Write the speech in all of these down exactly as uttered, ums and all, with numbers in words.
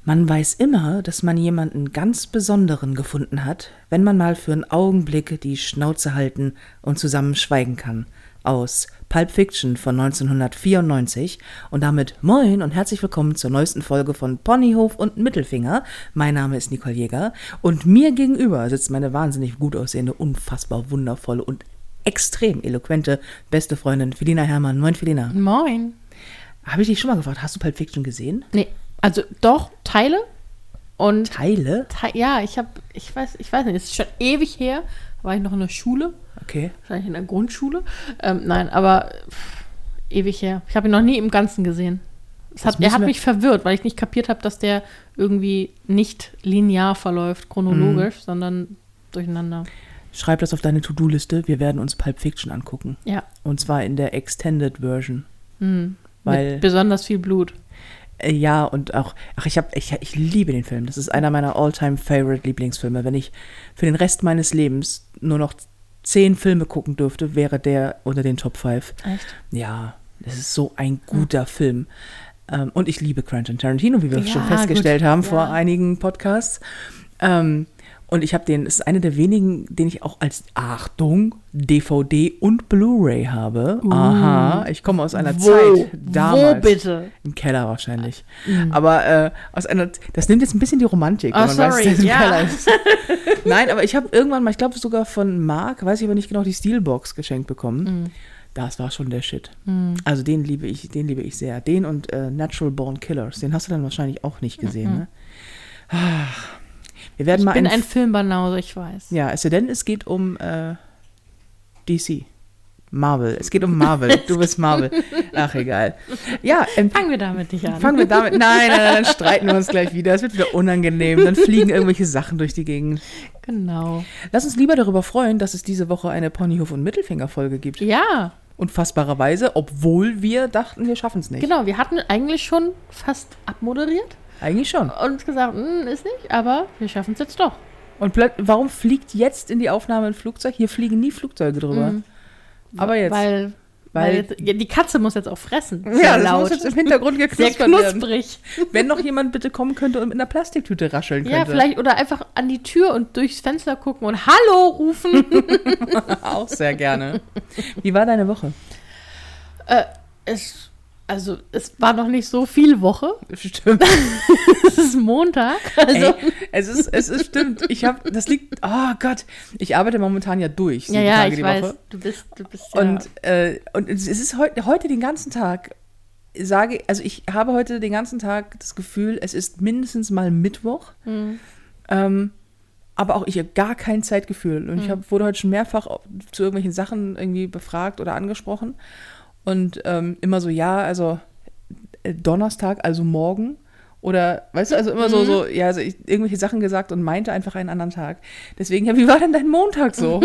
Man weiß immer, dass man jemanden ganz Besonderen gefunden hat, wenn man mal für einen Augenblick die Schnauze halten und zusammen schweigen kann. Aus Pulp Fiction von neunzehnhundertvierundneunzig und damit moin und herzlich willkommen zur neuesten Folge von Ponyhof und Mittelfinger. Mein Name ist Nicole Jäger und mir gegenüber sitzt meine wahnsinnig gut aussehende, unfassbar wundervolle und extrem eloquente beste Freundin Felina Herrmann. Moin Felina. Moin. Habe ich dich schon mal gefragt, hast du Pulp Fiction gesehen? Nee, also doch, Teile. Und Teile? Te- ja, ich habe, ich weiß, ich weiß nicht, es ist schon ewig her, da war ich noch in der Schule. Okay. Wahrscheinlich in der Grundschule. Ähm, nein, aber pff, ewig her. Ich habe ihn noch nie im Ganzen gesehen. Es hat, er hat mich verwirrt, weil ich nicht kapiert habe, dass der irgendwie nicht linear verläuft, chronologisch, mhm. sondern durcheinander. Schreib das auf deine To-Do-Liste. Wir werden uns Pulp Fiction angucken. Ja. Und zwar in der Extended Version. Mhm. Weil, Mit besonders viel Blut. Äh, ja, und auch, ach, ich, hab, ich, ich liebe den Film. Das ist einer meiner All-Time-Favorite-Lieblingsfilme. Wenn ich für den Rest meines Lebens nur noch zehn Filme gucken dürfte, wäre der unter den Top fünf. Echt? Ja, das ist so ein guter mhm. Film. Ähm, und ich liebe Quentin Tarantino, wie wir ja, schon festgestellt gut. haben ja. vor einigen Podcasts. Ähm, und ich habe den, es ist einer der wenigen, den ich auch als, Achtung, D V D und Blu-ray habe. Uh. Aha, ich komme aus einer Wo? Zeit damals. Wo bitte? Im Keller wahrscheinlich. Mhm. Aber äh, aus einer, das nimmt jetzt ein bisschen die Romantik, oh, wenn man sorry. weiß, dass es im ja. Keller ist. Nein, aber ich habe irgendwann mal, ich glaube sogar von Mark, weiß ich aber nicht genau, die Steelbox geschenkt bekommen. Mhm. Das war schon der Shit. Mhm. Also den liebe ich, den liebe ich sehr. Den und äh, Natural Born Killers, den hast du dann wahrscheinlich auch nicht gesehen, mhm. ne? Ach. Wir werden ich mal bin ein, ein Filmbanause, ich weiß. Ja, es sei denn, es geht um äh, D C. Marvel. Es geht um Marvel. Du bist Marvel. Ach, egal. Ja, ähm, fangen wir damit nicht an. Fangen wir damit. Nein, nein, nein, dann streiten wir uns gleich wieder. Es wird wieder unangenehm. Dann fliegen irgendwelche Sachen durch die Gegend. Genau. Lass uns lieber darüber freuen, dass es diese Woche eine Ponyhof- und Mittelfinger-Folge gibt. Ja. Unfassbarerweise, obwohl wir dachten, wir schaffen es nicht. Genau, wir hatten eigentlich schon fast abmoderiert. Eigentlich schon. Und gesagt, ist nicht, aber wir schaffen es jetzt doch. Und plöt- warum fliegt jetzt in die Aufnahme ein Flugzeug? Hier fliegen nie Flugzeuge drüber. Mhm. Aber jetzt. Weil, weil, weil jetzt, ja, die Katze muss jetzt auch fressen. Ja, das laut. muss jetzt im Hintergrund geknuspert Sehr knusprig. werden. Wenn noch jemand bitte kommen könnte und mit einer Plastiktüte rascheln könnte. Ja, vielleicht, oder einfach an die Tür und durchs Fenster gucken und Hallo rufen. Auch sehr gerne. Wie war deine Woche? Äh, es... Also, es war noch nicht so viel Woche. Stimmt. Es ist Montag. Also. Ey, es ist, es ist stimmt. Ich habe, das liegt, oh Gott, ich arbeite momentan ja durch. Ja, ja, Tage ich die weiß. Woche. Du bist, du bist ja. Und, äh, und es ist heute, heute den ganzen Tag, sage, also ich habe heute den ganzen Tag das Gefühl, es ist mindestens mal Mittwoch. Mhm. Ähm, aber auch ich habe gar kein Zeitgefühl. Und mhm. ich hab, wurde heute schon mehrfach zu irgendwelchen Sachen irgendwie befragt oder angesprochen. Und ähm, immer so, ja, also äh, Donnerstag, also morgen. Oder, weißt du, also immer mhm. so, so, ja, also ich, irgendwelche Sachen gesagt und meinte einfach einen anderen Tag. Deswegen, ja, wie war denn dein Montag so?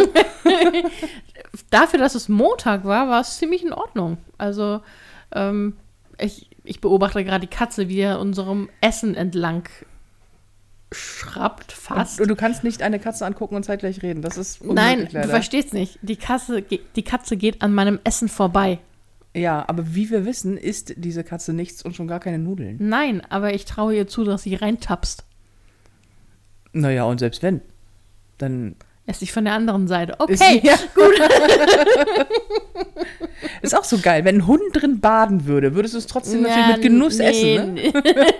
Dafür, dass es Montag war, war es ziemlich in Ordnung. Also, ähm, ich, ich beobachte gerade die Katze, wie er unserem Essen entlang schrappt fast. Und, und du kannst nicht eine Katze angucken und zeitgleich reden. Das ist unmöglich. Nein, leider. Du verstehst nicht. Die Katze, die Katze geht an meinem Essen vorbei. Ja, aber wie wir wissen, isst diese Katze nichts und schon gar keine Nudeln. Nein, aber ich traue ihr zu, dass sie reintapst. Naja, und selbst wenn, dann... Esse ich von der anderen Seite. Okay, ist, ja. gut. Ist auch so geil. Wenn ein Hund drin baden würde, würdest du es trotzdem ja, natürlich mit Genuss nee, essen, ne?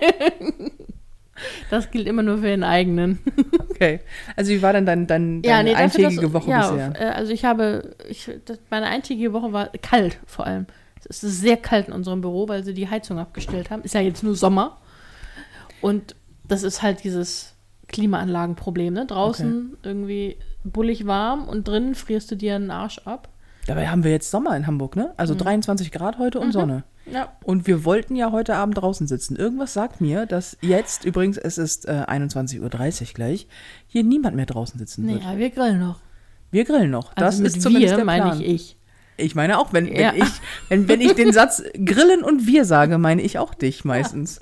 Das gilt immer nur für den eigenen. Okay. Also wie war denn dein, dein, deine ja, nee, eintägige das, Woche ja, bisher? Also ich habe, ich, das, meine eintägige Woche war kalt vor allem. Es ist sehr kalt in unserem Büro, weil sie die Heizung abgestellt haben. Ist ja jetzt nur Sommer. Und das ist halt dieses Klimaanlagenproblem, ne? Draußen okay. irgendwie bullig warm und drinnen frierst du dir einen Arsch ab. Dabei haben wir jetzt Sommer in Hamburg, ne? Also mhm. dreiundzwanzig Grad heute und mhm. Sonne. Ja. Und wir wollten ja heute Abend draußen sitzen. Irgendwas sagt mir, dass jetzt, übrigens, es ist äh, einundzwanzig Uhr dreißig gleich, hier niemand mehr draußen sitzen wird. Nee, ja, wir grillen noch. Wir grillen noch. Das also ist mit zumindest wir der Plan. meine ich ich. Ich meine auch, wenn, ja. wenn, ich, wenn, wenn ich den Satz grillen und wir sage, meine ich auch dich meistens.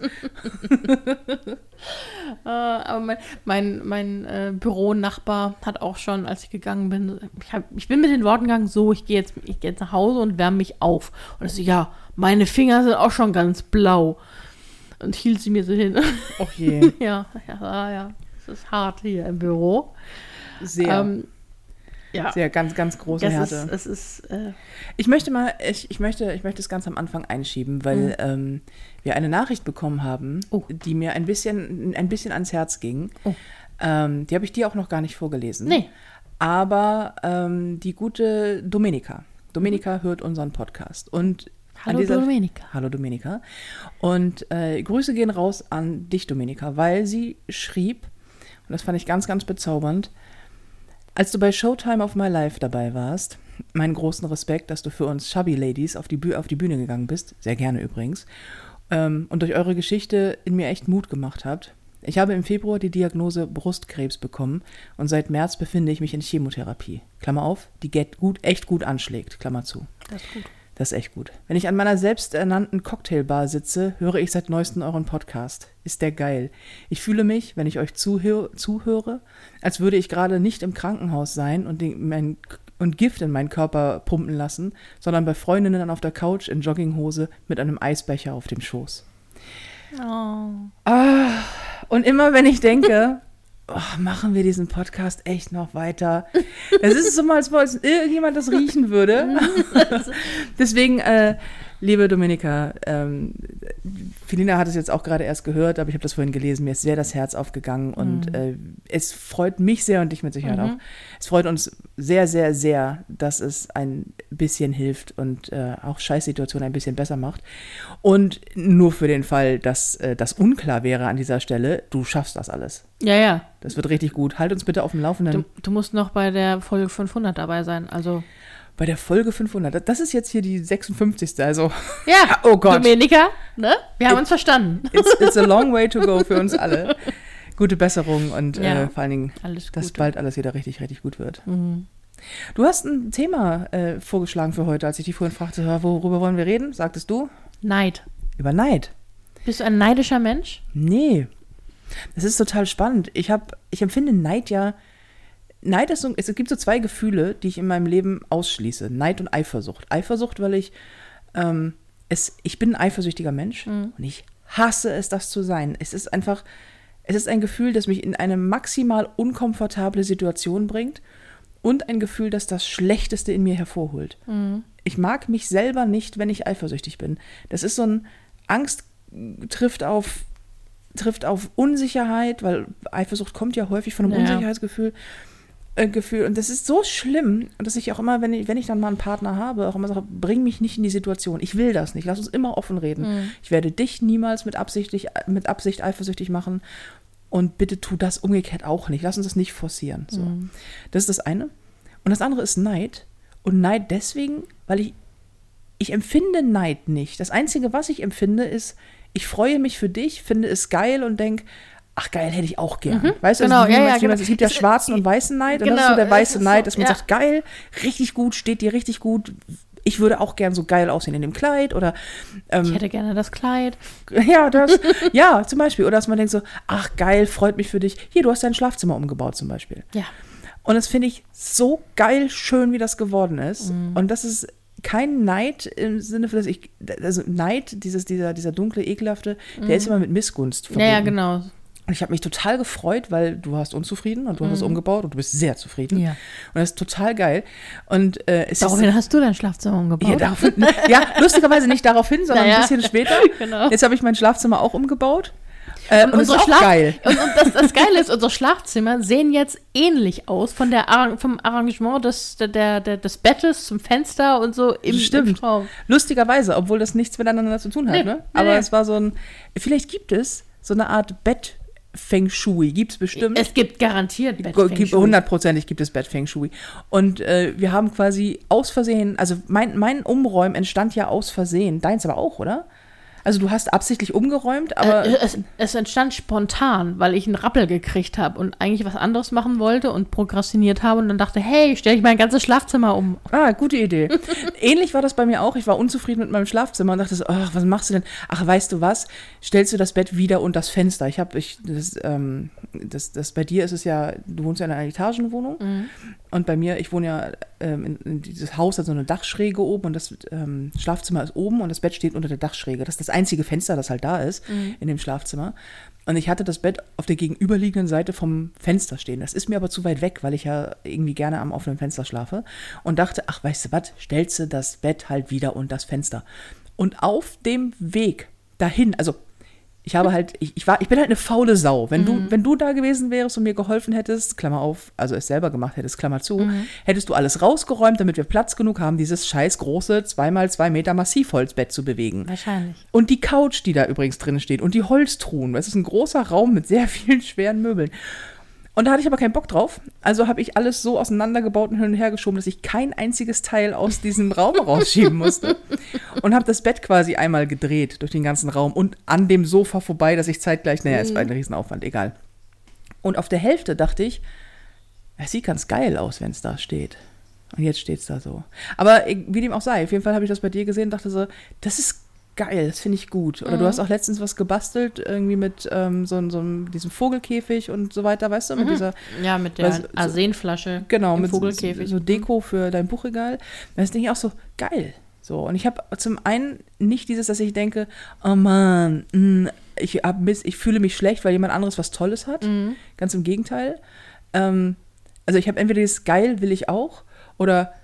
uh, aber mein, mein, mein äh, Büronachbar hat auch schon, als ich gegangen bin, ich, hab, ich bin mit den Worten gegangen, so, ich gehe jetzt, ich geh jetzt nach Hause und wärme mich auf. Und ich so, ja, meine Finger sind auch schon ganz blau. und hielt sie mir so hin. Och je. ja, ja, ja. Es ist hart hier im Büro. Sehr. Ähm, ja. Sehr, ganz, ganz große es Härte. Ist, es ist, äh ich möchte mal, ich, ich, möchte, ich möchte es ganz am Anfang einschieben, weil mhm. ähm, wir eine Nachricht bekommen haben, oh. die mir ein bisschen, ein bisschen ans Herz ging. Oh. Ähm, die habe ich dir auch noch gar nicht vorgelesen. Nee. Aber ähm, die gute Domenica. Domenica mhm. hört unseren Podcast. Und Hallo dieser, Domenica. Hallo Domenica. Und äh, Grüße gehen raus an dich, Domenica, weil sie schrieb, und das fand ich ganz, ganz bezaubernd, als du bei Showtime of My Life dabei warst, meinen großen Respekt, dass du für uns Chubby Ladies auf die, Büh- auf die Bühne gegangen bist, sehr gerne übrigens, ähm, und durch eure Geschichte in mir echt Mut gemacht habt. Ich habe im Februar die Diagnose Brustkrebs bekommen und seit März befinde ich mich in Chemotherapie. Klammer auf, die get gut, echt gut anschlägt, Klammer zu. Das ist gut. Das ist echt gut. Wenn ich an meiner selbsternannten Cocktailbar sitze, höre ich seit neuestem euren Podcast. Ist der geil. Ich fühle mich, wenn ich euch zuhör, zuhöre, als würde ich gerade nicht im Krankenhaus sein und, den, mein, und Gift in meinen Körper pumpen lassen, sondern bei Freundinnen auf der Couch in Jogginghose mit einem Eisbecher auf dem Schoß. Oh. Ah, und immer wenn ich denke, oh, machen wir diesen Podcast echt noch weiter. Es ist so mal, als ob irgendjemand das riechen würde. Deswegen, äh, liebe Domenica, ähm, Felina hat es jetzt auch gerade erst gehört, aber ich habe das vorhin gelesen, mir ist sehr das Herz aufgegangen und mhm. äh, es freut mich sehr und dich mit Sicherheit mhm. auch. Es freut uns sehr, sehr, sehr, dass es ein bisschen hilft und äh, auch Scheißsituationen ein bisschen besser macht. Und nur für den Fall, dass äh, das unklar wäre an dieser Stelle, du schaffst das alles. Ja, ja. Das wird richtig gut. Halt uns bitte auf dem Laufenden. Du, du musst noch bei der Folge fünfhundert dabei sein, also... Bei der Folge fünfhundert. Das ist jetzt hier die sechsundfünfzigste. Also, ja, oh Gott. Domenica, ne? Wir haben It, uns verstanden. It's, it's a long way to go für uns alle. Gute Besserung und ja, äh, vor allen Dingen, alles dass Gute. bald alles wieder richtig, richtig gut wird. Mhm. Du hast ein Thema äh, vorgeschlagen für heute, als ich dich vorhin fragte, worüber wollen wir reden? Sagtest du? Neid. Über Neid. Bist du ein neidischer Mensch? Nee. Das ist total spannend. Ich, hab, ich empfinde Neid ja Neid ist so, es gibt so zwei Gefühle, die ich in meinem Leben ausschließe. Neid und Eifersucht. Eifersucht, weil ich, ähm, es, ich bin ein eifersüchtiger Mensch mhm. und ich hasse es, das zu sein. Es ist einfach, es ist ein Gefühl, das mich in eine maximal unkomfortable Situation bringt und ein Gefühl, das das Schlechteste in mir hervorholt. Mhm. Ich mag mich selber nicht, wenn ich eifersüchtig bin. Das ist so ein, Angst trifft auf, trifft auf Unsicherheit, weil Eifersucht kommt ja häufig von einem naja. Unsicherheitsgefühl. Gefühl. Und das ist so schlimm, dass ich auch immer, wenn ich, wenn ich dann mal einen Partner habe, auch immer sage, bring mich nicht in die Situation. Ich will das nicht. Lass uns immer offen reden. Mhm. Ich werde dich niemals mit, absichtlich, mit Absicht eifersüchtig machen. Und bitte tu das umgekehrt auch nicht. Lass uns das nicht forcieren. So. Mhm. Das ist das eine. Und das andere ist Neid. Und Neid deswegen, weil ich, ich empfinde Neid nicht. Das Einzige, was ich empfinde, ist, ich freue mich für dich, finde es geil und denke, ach geil, hätte ich auch gern. Mhm, weißt du, genau, also, ja, ja, genau. Es gibt ja schwarzen und weißen Neid genau, und das ist so der weiße so, Neid, dass man ja. sagt, geil, richtig gut, steht dir richtig gut. Ich würde auch gern so geil aussehen in dem Kleid oder ähm, ich hätte gerne das Kleid. Ja, das, ja, zum Beispiel. Oder dass man denkt so, ach geil, freut mich für dich. Hier, du hast dein Schlafzimmer umgebaut zum Beispiel. Ja. Und das finde ich so geil schön, wie das geworden ist. Mhm. Und das ist kein Neid im Sinne für das ich, also Neid, dieses, dieser, dieser dunkle, ekelhafte, mhm. der ist immer mit Missgunst verbunden. Ja, ja, genau. Und ich habe mich total gefreut, weil du warst unzufrieden und du mhm. hast es umgebaut und du bist sehr zufrieden. Ja. Und das ist total geil. Und, äh, es daraufhin ist, hast du dein Schlafzimmer umgebaut? Ja, daraufhin, ja lustigerweise nicht daraufhin, sondern naja. ein bisschen später. Genau. Jetzt habe ich mein Schlafzimmer auch umgebaut. Äh, und, und das ist auch Schlaf- geil. Und, und das, das Geile ist, unsere Schlafzimmer sehen jetzt ähnlich aus von der Arra- vom Arrangement des, der, der, des Bettes zum Fenster und so im, im Raum. Lustigerweise, obwohl das nichts miteinander zu tun hat. Nee, ne? nee, Aber nee. es war so ein, vielleicht gibt es so eine Art Bett Feng Shui, gibt es bestimmt. Es gibt garantiert Bett Feng Shui. Hundertprozentig gibt es Bett Feng Shui. Und äh, wir haben quasi aus Versehen, also mein, mein Umräumen entstand ja aus Versehen, deins aber auch, oder? Also du hast absichtlich umgeräumt, aber... Äh, es, es entstand spontan, weil ich einen Rappel gekriegt habe und eigentlich was anderes machen wollte und prokrastiniert habe und dann dachte, hey, stelle ich mein ganzes Schlafzimmer um. Ah, gute Idee. Ähnlich war das bei mir auch. Ich war unzufrieden mit meinem Schlafzimmer und dachte so, ach, was machst du denn? Ach, weißt du was? Stellst du das Bett wieder unter das Fenster? Ich habe, ich, das, ähm, das, das, bei dir ist es ja, du wohnst ja in einer Etagenwohnung. Mhm. Und bei mir, ich wohne ja ähm, in, in dieses Haus hat so eine Dachschräge oben und das ähm, Schlafzimmer ist oben und das Bett steht unter der Dachschräge. Das ist das einzige Fenster, das halt da ist mhm. in dem Schlafzimmer. Und ich hatte das Bett auf der gegenüberliegenden Seite vom Fenster stehen. Das ist mir aber zu weit weg, weil ich ja irgendwie gerne am offenen Fenster schlafe. Und dachte, ach, weißt du was, stellst du das Bett halt wieder unter das Fenster. Und auf dem Weg dahin, also ich habe halt, ich, ich war, ich bin halt eine faule Sau. Wenn mhm. du, wenn du da gewesen wärst und mir geholfen hättest, Klammer auf, also es selber gemacht hättest, Klammer zu, mhm. hättest du alles rausgeräumt, damit wir Platz genug haben, dieses scheiß große zwei mal zwei Meter Massivholzbett zu bewegen. Wahrscheinlich. Und die Couch, die da übrigens drin steht und die Holztruhen. Das ist ein großer Raum mit sehr vielen schweren Möbeln. Und da hatte ich aber keinen Bock drauf. Also habe ich alles so auseinandergebaut und hin und her geschoben, dass ich kein einziges Teil aus diesem Raum rausschieben musste. Und habe das Bett quasi einmal gedreht durch den ganzen Raum und an dem Sofa vorbei, dass ich zeitgleich, naja, es war ein Riesenaufwand, egal. Und auf der Hälfte dachte ich, es sieht ganz geil aus, wenn es da steht. Und jetzt steht es da so. Aber wie dem auch sei, auf jeden Fall habe ich das bei dir gesehen und dachte so, das ist geil, das finde ich gut. Oder mhm. du hast auch letztens was gebastelt, irgendwie mit ähm, so, so diesem Vogelkäfig und so weiter, weißt du? Mit mhm. dieser, ja, mit der so, Arsenflasche genau, im mit Vogelkäfig. So, so Deko für dein Buchregal. Das denke ich auch so, geil. So, und ich habe zum einen nicht dieses, dass ich denke, oh Mann, mh, ich, hab Mist, ich fühle mich schlecht, weil jemand anderes was Tolles hat. Mhm. Ganz im Gegenteil. Ähm, also ich habe entweder dieses geil will ich auch oder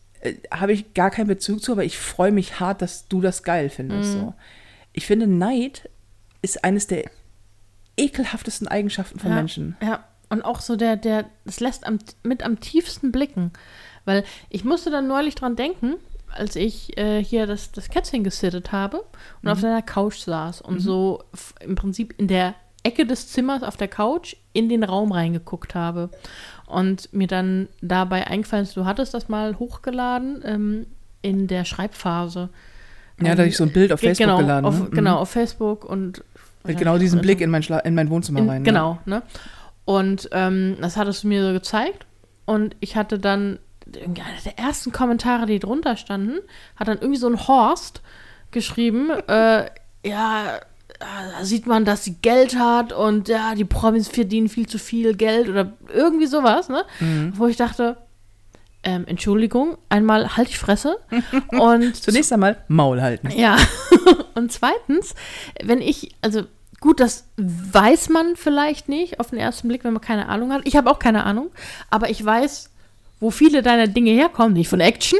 habe ich gar keinen Bezug zu, aber ich freue mich hart, dass du das geil findest. Mhm. So. Ich finde, Neid ist eines der ekelhaftesten Eigenschaften von ja, Menschen. Ja, und auch so der, der, das lässt am, mit am tiefsten blicken. Weil ich musste dann neulich dran denken, als ich äh, hier das, das Kätzchen gesittet habe und mhm. auf seiner Couch saß und mhm. so f- im Prinzip in der Ecke des Zimmers auf der Couch in den Raum reingeguckt habe. Und mir dann dabei eingefallen ist, du hattest das mal hochgeladen ähm, in der Schreibphase. Ja, da hatte ich so ein Bild auf Facebook genau, geladen. Auf, ne? Genau, mhm. auf Facebook. Und mit genau diesen also, Blick in mein, Schla- in mein Wohnzimmer in, rein. Genau, ne? ne? Und ähm, das hattest du mir so gezeigt. Und ich hatte dann, einer der ersten Kommentare, die drunter standen, hat dann irgendwie so ein Horst geschrieben, äh, ja, da sieht man, dass sie Geld hat und ja, die Promis verdienen viel zu viel Geld oder irgendwie sowas, ne? Mhm. Wo ich dachte, ähm, Entschuldigung, einmal halt die Fresse und zunächst einmal Maul halten. Ja, und zweitens, wenn ich, also gut, das weiß man vielleicht nicht auf den ersten Blick, wenn man keine Ahnung hat. Ich habe auch keine Ahnung, aber ich weiß, wo viele deiner Dinge herkommen, nicht von Action.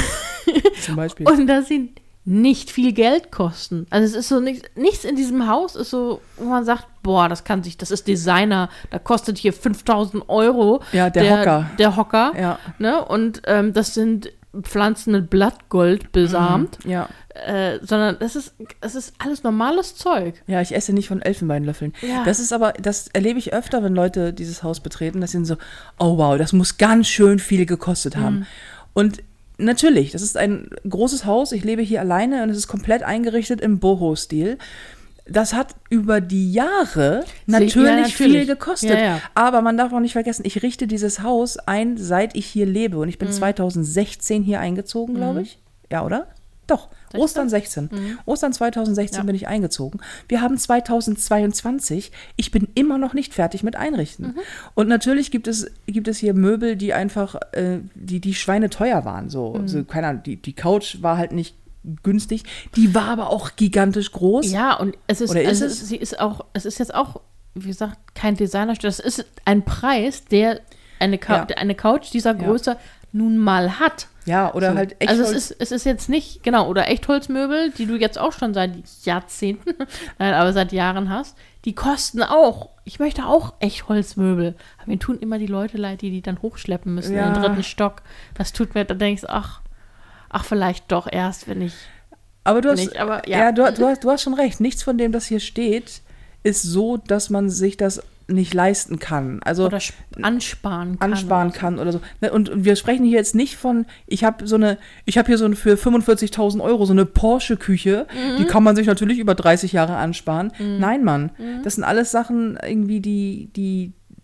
Zum Beispiel. Und da sind nicht viel Geld kosten. Also es ist so nichts, nichts in diesem Haus ist so, wo man sagt, boah, das kann sich, das ist Designer, da kostet hier fünftausend Euro. Ja, der, der Hocker. Der Hocker, ja. Ne? Und ähm, das sind Pflanzen mit Blattgold besamt. Mhm, ja. Äh, sondern das ist, das ist alles normales Zeug. Ja, ich esse nicht von Elfenbeinlöffeln. Ja. Das ist aber, das erlebe ich öfter, wenn Leute dieses Haus betreten, dass sie so, oh wow, das muss ganz schön viel gekostet haben. Mhm. Und natürlich, das ist ein großes Haus, ich lebe hier alleine und es ist komplett eingerichtet im Boho-Stil. Das hat über die Jahre natürlich, ja, natürlich. viel gekostet. Ja, ja. Aber man darf auch nicht vergessen, ich richte dieses Haus ein, seit ich hier lebe. Und ich bin mhm. zweitausendsechzehn hier eingezogen, glaube ich. Mhm. Ja, oder? Doch, sechzehn? Ostern sechzehn. Mhm. Ostern zweitausendsechzehn ja. bin ich eingezogen. Wir haben zweitausendzweiundzwanzig. Ich bin immer noch nicht fertig mit Einrichten. Mhm. Und natürlich gibt es, gibt es hier Möbel, die einfach, äh, die, die schweineteuer waren. So, mhm. so, keine Ahnung, die, die Couch war halt nicht günstig. Die war aber auch gigantisch groß. Ja, und es ist, Oder ist also es? sie ist auch, es ist jetzt auch, wie gesagt, kein Designerstück. Das ist ein Preis, der eine, Ka- ja. eine Couch dieser Größe ja. nun mal hat. Ja, oder so. Halt Echtholz. Also es ist, es ist jetzt nicht, genau, oder Echtholzmöbel, die du jetzt auch schon seit Jahrzehnten, nein, aber seit Jahren hast, die kosten auch. Ich möchte auch Echtholzmöbel. Aber mir tun immer die Leute leid, die die dann hochschleppen müssen ja. in den dritten Stock. Das tut mir, da denkst du, ach, ach, vielleicht doch erst, wenn ich. Aber du hast, nicht, aber, ja. ja, du, du, hast, du hast schon recht. Nichts von dem, das hier steht, ist so, dass man sich das nicht leisten kann. Also oder ansparen kann. Ansparen oder kann oder so. Und, und wir sprechen hier jetzt nicht von, ich habe so eine, ich habe hier so eine für fünfundvierzigtausend Euro so eine Porsche-Küche, mhm. die kann man sich natürlich über dreißig Jahre ansparen. Mhm. Nein, Mann. Mhm. Das sind alles Sachen irgendwie, die, die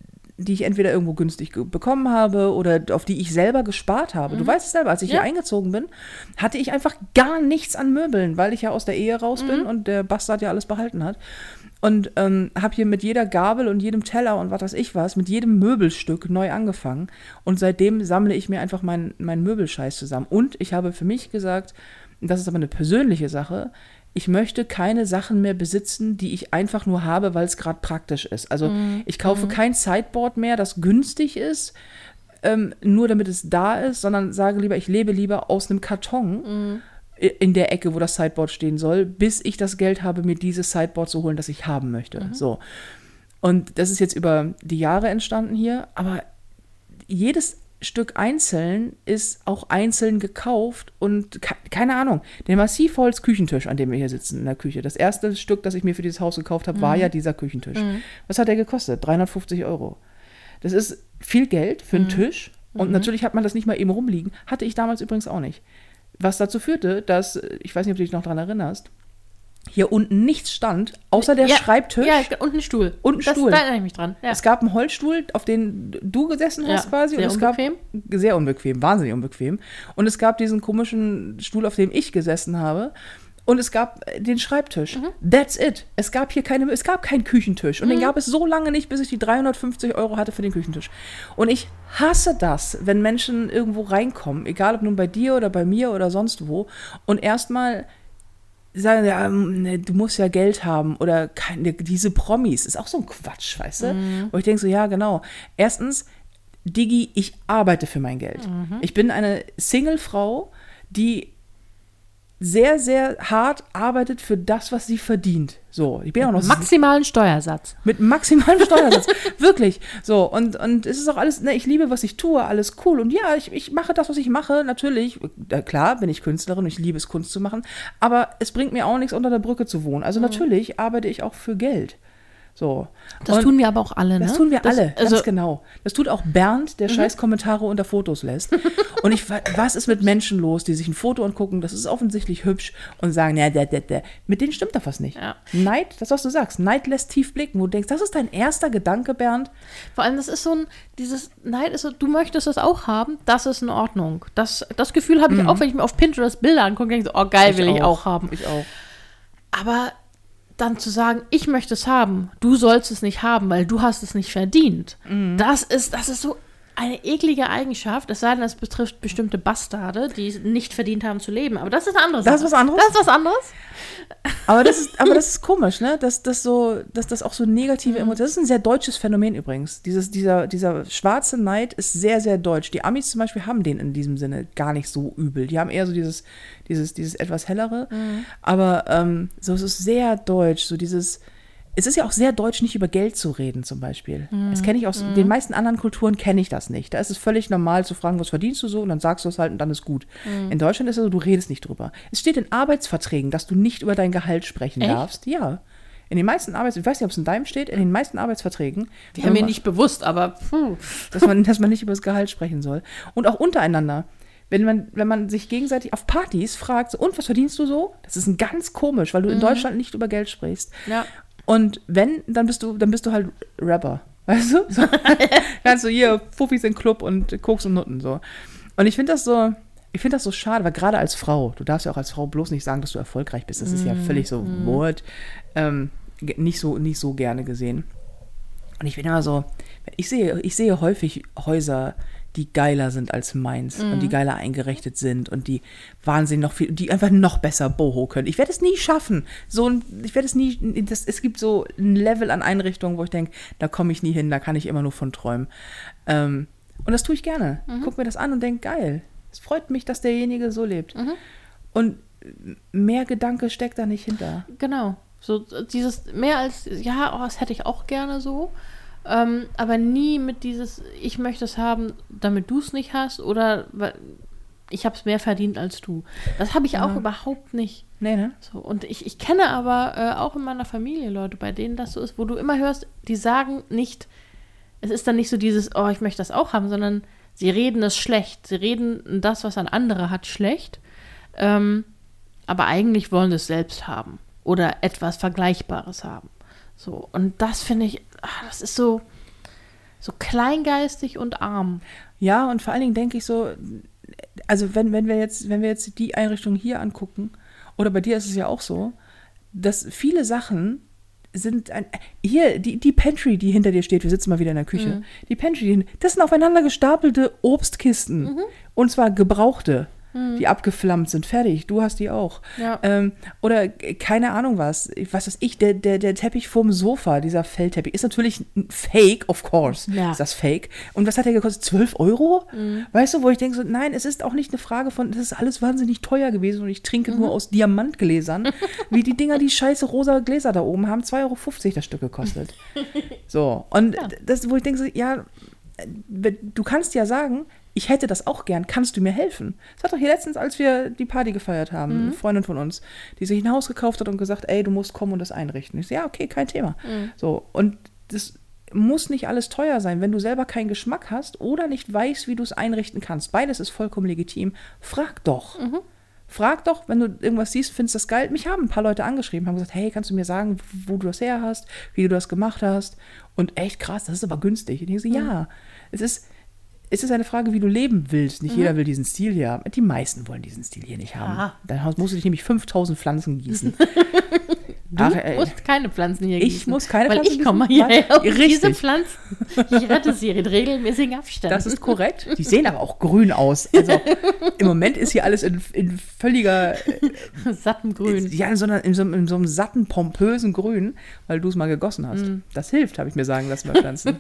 die ich entweder irgendwo günstig ge- bekommen habe oder auf die ich selber gespart habe. Mhm. Du weißt es selber, als ich ja. hier eingezogen bin, hatte ich einfach gar nichts an Möbeln, weil ich ja aus der Ehe raus mhm. bin und der Bastard ja alles behalten hat. Und ähm, habe hier mit jeder Gabel und jedem Teller und was weiß ich was, mit jedem Möbelstück neu angefangen. Und seitdem sammle ich mir einfach meinen mein Möbelscheiß zusammen. Und ich habe für mich gesagt, das ist aber eine persönliche Sache, ich möchte keine Sachen mehr besitzen, die ich einfach nur habe, weil es gerade praktisch ist. Also mm. ich kaufe mm. kein Sideboard mehr, das günstig ist, ähm, nur damit es da ist, sondern sage lieber, ich lebe lieber aus einem Karton mm. in der Ecke, wo das Sideboard stehen soll, bis ich das Geld habe, mir dieses Sideboard zu holen, das ich haben möchte. Mm. So. Und das ist jetzt über die Jahre entstanden hier, aber jedes Stück einzeln ist auch einzeln gekauft und ke- keine Ahnung, der Massivholz-Küchentisch, an dem wir hier sitzen in der Küche. Das erste Stück, das ich mir für dieses Haus gekauft habe, mhm. war ja dieser Küchentisch. Mhm. Was hat der gekostet? dreihundertfünfzig Euro. Das ist viel Geld für einen mhm. Tisch und mhm. natürlich hat man das nicht mal eben rumliegen. Hatte ich damals übrigens auch nicht. Was dazu führte, dass, ich weiß nicht, ob du dich noch daran erinnerst, hier unten nichts stand, außer der ja, Schreibtisch. Ja, und ein Stuhl. Und ein das, Stuhl. Da erinnere ich mich dran. Ja. Es gab einen Holzstuhl, auf den du gesessen hast ja, quasi. Sehr und es unbequem. Gab, sehr unbequem, wahnsinnig unbequem. Und es gab diesen komischen Stuhl, auf dem ich gesessen habe. Und es gab den Schreibtisch. Mhm. That's it. Es gab hier keine, es gab keinen Küchentisch. Und mhm. den gab es so lange nicht, bis ich die dreihundertfünfzig Euro hatte für den Küchentisch. Und ich hasse das, wenn Menschen irgendwo reinkommen, egal ob nun bei dir oder bei mir oder sonst wo, und erstmal sagen, ja, du musst ja Geld haben oder keine, diese Promis, ist auch so ein Quatsch, weißt du? Mhm. Wo ich denke so, ja, genau. Erstens, Digi, ich arbeite für mein Geld. Mhm. Ich bin eine Single-Frau, die sehr, sehr hart arbeitet für das, was sie verdient. So, ich bin auch noch mit maximalen Steuersatz. Mit maximalem Steuersatz. Wirklich. So, und, und es ist auch alles, ne, ich liebe, was ich tue, alles cool. Und ja, ich, ich mache das, was ich mache, natürlich. Ja, klar, bin ich Künstlerin und ich liebe es, Kunst zu machen. Aber es bringt mir auch nichts, unter der Brücke zu wohnen. Also mhm. natürlich arbeite ich auch für Geld. So. Das und tun wir aber auch alle, ne? Das tun wir das, alle, also ganz genau. Das tut auch Bernd, der mhm. scheiß Kommentare unter Fotos lässt. Und ich, was ist mit Menschen los, die sich ein Foto angucken, das ist offensichtlich hübsch und sagen, ja, der, der, der. Mit denen stimmt doch was nicht. Ja. Neid, das was du sagst, Neid lässt tief blicken, wo du denkst, das ist dein erster Gedanke, Bernd. Vor allem, das ist so ein, dieses Neid ist so, du möchtest das auch haben, das ist in Ordnung. Das, das Gefühl habe ich mhm. auch, wenn ich mir auf Pinterest Bilder angucke, denke ich so, oh geil, ich will auch. ich auch haben. Ich auch. Aber dann zu sagen, ich möchte es haben, du sollst es nicht haben, weil du hast es nicht verdient. Mhm. Das ist, das ist so eine eklige Eigenschaft, es sei denn, es betrifft bestimmte Bastarde, die es nicht verdient haben zu leben. Aber das ist eine andere Sache. Das ist was anderes? Das ist was anderes. Aber das ist, aber das ist komisch, ne? Dass das so, dass das auch so negative Emotionen. Das ist ein sehr deutsches Phänomen übrigens. Dieses, dieser, dieser schwarze Neid ist sehr, sehr deutsch. Die Amis zum Beispiel haben den in diesem Sinne gar nicht so übel. Die haben eher so dieses, dieses, dieses etwas hellere. Mhm. Aber ähm, so es ist sehr deutsch, so dieses. Es ist ja auch sehr deutsch, nicht über Geld zu reden, zum Beispiel. Mhm. Das kenne ich aus mhm. den meisten anderen Kulturen, kenne ich das nicht. Da ist es völlig normal zu fragen, was verdienst du so? Und dann sagst du es halt und dann ist gut. Mhm. In Deutschland ist es so, du redest nicht drüber. Es steht in Arbeitsverträgen, dass du nicht über dein Gehalt sprechen Echt? darfst. Ja. In den meisten Arbeits... Ich weiß nicht, ob es in deinem steht. In den meisten Arbeitsverträgen... Wäre mir nicht bewusst, aber... Puh. Dass man, dass man nicht über das Gehalt sprechen soll. Und auch untereinander. Wenn man, wenn man sich gegenseitig auf Partys fragt, so, und was verdienst du so? Das ist ein ganz komisch, weil du in Deutschland nicht über Geld sprichst. Ja. Und wenn, dann bist du, dann bist du halt Rapper, weißt du? So, kannst du hier Fuffis im Club und Koks und Nutten, so. Und ich finde das so, ich finde das so schade, weil gerade als Frau, du darfst ja auch als Frau bloß nicht sagen, dass du erfolgreich bist. Das mm. ist ja völlig so mm. Wort, ähm, nicht so, nicht so gerne gesehen. Und ich bin immer so, ich sehe, ich sehe häufig Häuser, die geiler sind als meins mhm. und die geiler eingerichtet sind und die wahnsinnig noch viel, die einfach noch besser Boho können. Ich werde es nie schaffen. So ein, ich werde es nie, das, es gibt so ein Level an Einrichtungen, wo ich denke, da komme ich nie hin, da kann ich immer nur von träumen. Ähm, und das tue ich gerne. Mhm. Guck mir das an und denke, geil. Es freut mich, dass derjenige so lebt. Mhm. Und mehr Gedanke steckt da nicht hinter. Genau. So dieses, mehr als, ja, oh, das hätte ich auch gerne so. Ähm, aber nie mit dieses, ich möchte es haben, damit du es nicht hast oder weil ich habe es mehr verdient als du. Das habe ich ja. auch überhaupt nicht. Nee, ne? So, und ich, ich kenne aber äh, auch in meiner Familie Leute, bei denen das so ist, wo du immer hörst, die sagen nicht, es ist dann nicht so dieses, oh, ich möchte das auch haben, sondern sie reden es schlecht. Sie reden das, was ein anderer hat, schlecht. Ähm, aber eigentlich wollen sie es selbst haben oder etwas Vergleichbares haben. So, und das finde ich, ach, das ist so, So kleingeistig und arm. Ja, und vor allen Dingen denke ich so, also wenn, wenn wir jetzt, wenn wir jetzt die Einrichtung hier angucken, oder bei dir ist es ja auch so, dass viele Sachen sind, ein, hier, die, die Pantry, die hinter dir steht, wir sitzen mal wieder in der Küche, mhm. die Pantry, die, das sind aufeinander gestapelte Obstkisten, mhm. und zwar gebrauchte, mhm. die abgeflammt sind, fertig, du hast die auch. Ja. Ähm, oder keine Ahnung was, was weiß ich, der, der, der Teppich vorm Sofa, dieser Fellteppich, ist natürlich ein Fake, of course, ja. ist das Fake. Und was hat der gekostet? zwölf Euro? Mhm. Weißt du, wo ich denke so, nein, es ist auch nicht eine Frage von, das ist alles wahnsinnig teuer gewesen und ich trinke mhm. nur aus Diamantgläsern, wie die Dinger, die scheiße rosa Gläser da oben haben, zwei Euro fünfzig das Stück gekostet. So, und ja. das, wo ich denke so, ja, du kannst ja sagen, ich hätte das auch gern, kannst du mir helfen? Das hat doch hier letztens, als wir die Party gefeiert haben, mhm. eine Freundin von uns, die sich ein Haus gekauft hat und gesagt, ey, du musst kommen und das einrichten. Ich so, ja, okay, kein Thema. Mhm. So, und das muss nicht alles teuer sein. Wenn du selber keinen Geschmack hast oder nicht weißt, wie du es einrichten kannst, beides ist vollkommen legitim, frag doch. Mhm. Frag doch, wenn du irgendwas siehst, findest du das geil. Mich haben ein paar Leute angeschrieben, haben gesagt, hey, kannst du mir sagen, wo du das her hast, wie du das gemacht hast? Und echt krass, das ist aber günstig. Und ich denke so, mhm. ja, es ist Es ist eine Frage, wie du leben willst. Nicht mhm. jeder will diesen Stil hier haben. Die meisten wollen diesen Stil hier nicht haben. Ja. Dann musst du dich nämlich fünftausend Pflanzen gießen. Du Ach, äh, musst keine Pflanzen hier ich gießen. Ich muss keine weil Pflanzen ich komme hierher und diese Pflanzen, ich rette sie in regelmäßigen Abständen. Das ist korrekt. Die sehen aber auch grün aus. Also im Moment ist hier alles in, in völliger satten Grün. Ja, in so, einer, in, so, in so einem satten, pompösen Grün, weil du es mal gegossen hast. Mhm. Das hilft, habe ich mir sagen lassen bei Pflanzen.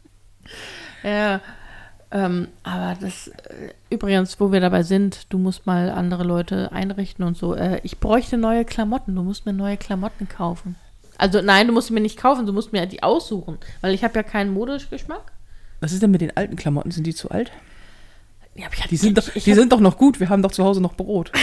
Ja, Ähm, aber das, äh, übrigens, wo wir dabei sind, du musst mal andere Leute einrichten und so. Äh, ich bräuchte neue Klamotten. Du musst mir neue Klamotten kaufen. Also nein, du musst sie mir nicht kaufen, du musst mir die aussuchen. Weil ich habe ja keinen Modegeschmack. Was ist denn mit den alten Klamotten? Sind die zu alt? Ja, aber ich, die sind, ich, doch, ich, die hab, sind doch noch gut. Wir haben doch zu Hause noch Brot.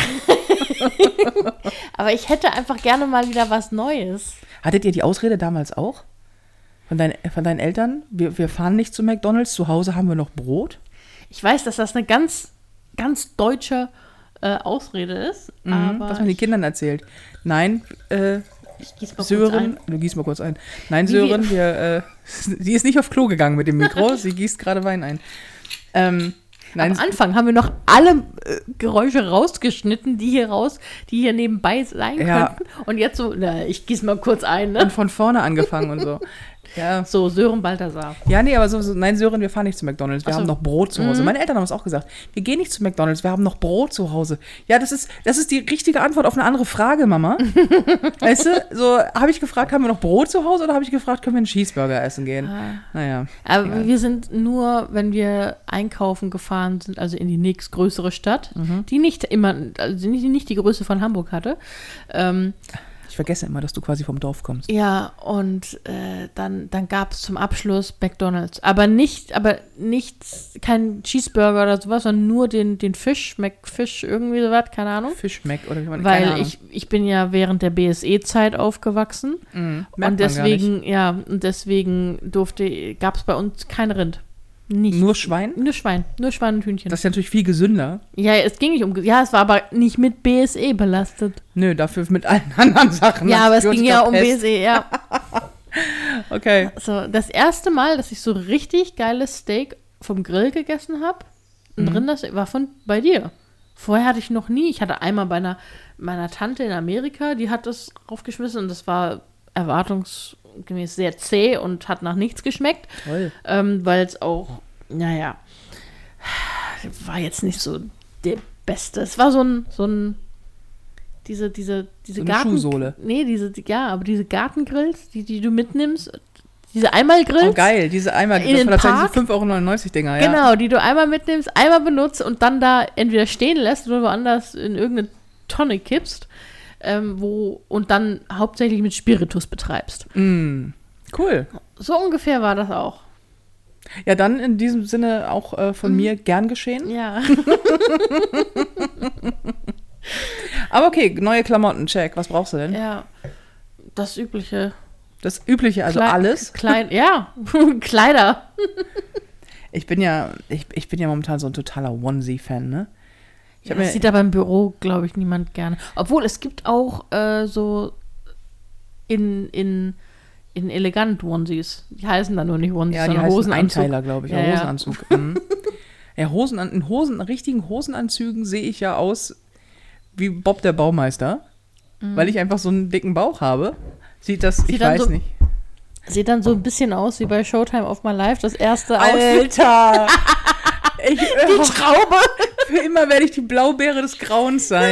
Aber ich hätte einfach gerne mal wieder was Neues. Hattet ihr die Ausrede damals auch? Von, dein, von deinen Eltern, wir, wir fahren nicht zu McDonald's, zu Hause haben wir noch Brot? Ich weiß, dass das eine ganz, ganz deutsche äh, Ausrede ist. Mhm, aber was man den Kindern erzählt. Nein, äh, ich gieß mal Sören, kurz ein. du gießt mal kurz ein. Nein, Wie Sören, wir, äh, sie ist nicht aufs Klo gegangen mit dem Mikro, sie gießt gerade Wein ein. Ähm, Nein, Am Anfang haben wir noch alle äh, Geräusche rausgeschnitten, die hier raus, die hier nebenbei sein ja. könnten. Und jetzt so, na, ich gieße mal kurz ein, ne? Und von vorne angefangen und so. Ja. So, Sören Balthasar. Ja, nee, aber so, so nein, Sören, wir fahren nicht zu McDonald's, wir Ach so. haben noch Brot zu Hause. Mhm. Meine Eltern haben es auch gesagt, wir gehen nicht zu McDonald's, wir haben noch Brot zu Hause. Ja, das ist, das ist die richtige Antwort auf eine andere Frage, Mama. Weißt du, so habe ich gefragt, haben wir noch Brot zu Hause oder habe ich gefragt, können wir einen Cheeseburger essen gehen? Ah. Naja. Aber egal. Wir sind nur, wenn wir einkaufen gefahren sind, also in die nächstgrößere Stadt, mhm. die nicht immer, also nicht, nicht die Größe von Hamburg hatte, ähm, Ich vergesse immer, dass du quasi vom Dorf kommst. Ja, und äh, dann, dann gab es zum Abschluss McDonald's. Aber nicht, aber nichts, kein Cheeseburger oder sowas, sondern nur den, den Fisch, McFish, irgendwie sowas, keine Ahnung. Fischmeck oder wie man Weil keine Ahnung. ich, ich bin ja während der B S E-Zeit aufgewachsen. Mhm, und deswegen, ja, und deswegen durfte, gab es bei uns kein Rind. Nicht. Nur Schwein? Nur Schwein. Nur Schwein und Hühnchen. Das ist ja natürlich viel gesünder. Ja, es ging nicht um. Ja, es war aber nicht mit B S E belastet. Nö, dafür mit allen anderen Sachen. Ja, aber es ging ja um Pest. B S E, ja. Okay. So, das erste Mal, dass ich so richtig geiles Steak vom Grill gegessen habe, ein mhm. Rindersteak, war von bei dir. Vorher hatte ich noch nie. Ich hatte einmal bei einer, meiner Tante in Amerika, die hat das raufgeschmissen und das war erwartungsgemäß sehr zäh und hat nach nichts geschmeckt. Toll. Ähm, weil es auch, naja, war jetzt nicht so der Beste. Es war so ein, so ein, diese, diese, diese so eine Garten... Schuhsohle. Nee, diese, ja, aber diese Gartengrills, die, die du mitnimmst, diese Einmalgrills. Oh geil, diese Einmalgrills, das waren diese fünf Euro neunundneunzig Dinger, ja. Genau, die du einmal mitnimmst, einmal benutzt und dann da entweder stehen lässt oder woanders in irgendeine Tonne kippst. Ähm, wo, und dann hauptsächlich mit Spiritus betreibst. Mm, cool. So ungefähr war das auch. Ja, dann in diesem Sinne auch äh, von mm. mir gern geschehen. Ja. Aber okay, neue Klamotten, check. Was brauchst du denn? Ja, das Übliche. Das Übliche, also Klei- alles? Kleid- ja, Kleider. Ich bin ja, ich, ich bin ja momentan so ein totaler Onesie-Fan, ne? Ja, das sieht aber im Büro, glaube ich, niemand gerne. Obwohl, es gibt auch äh, so in, in in elegant Onesies. Die heißen dann nur nicht Onesies, Ja, die sondern heißen Hosenanzug. Einteiler, glaube ich. Ja, Ja, ja. Hosenanzug. Mhm. Ja, Hosen, in Hosen, richtigen Hosenanzügen sehe ich ja aus wie Bob der Baumeister, Mhm. weil ich einfach so einen dicken Bauch habe. Sieht das, Sieht ich dann weiß so- nicht. Sieht dann so ein bisschen aus wie bei Showtime of My Life, das erste Outfit. Alter! Ich, Die Traube. Für immer werde ich die Blaubeere des Grauens sein.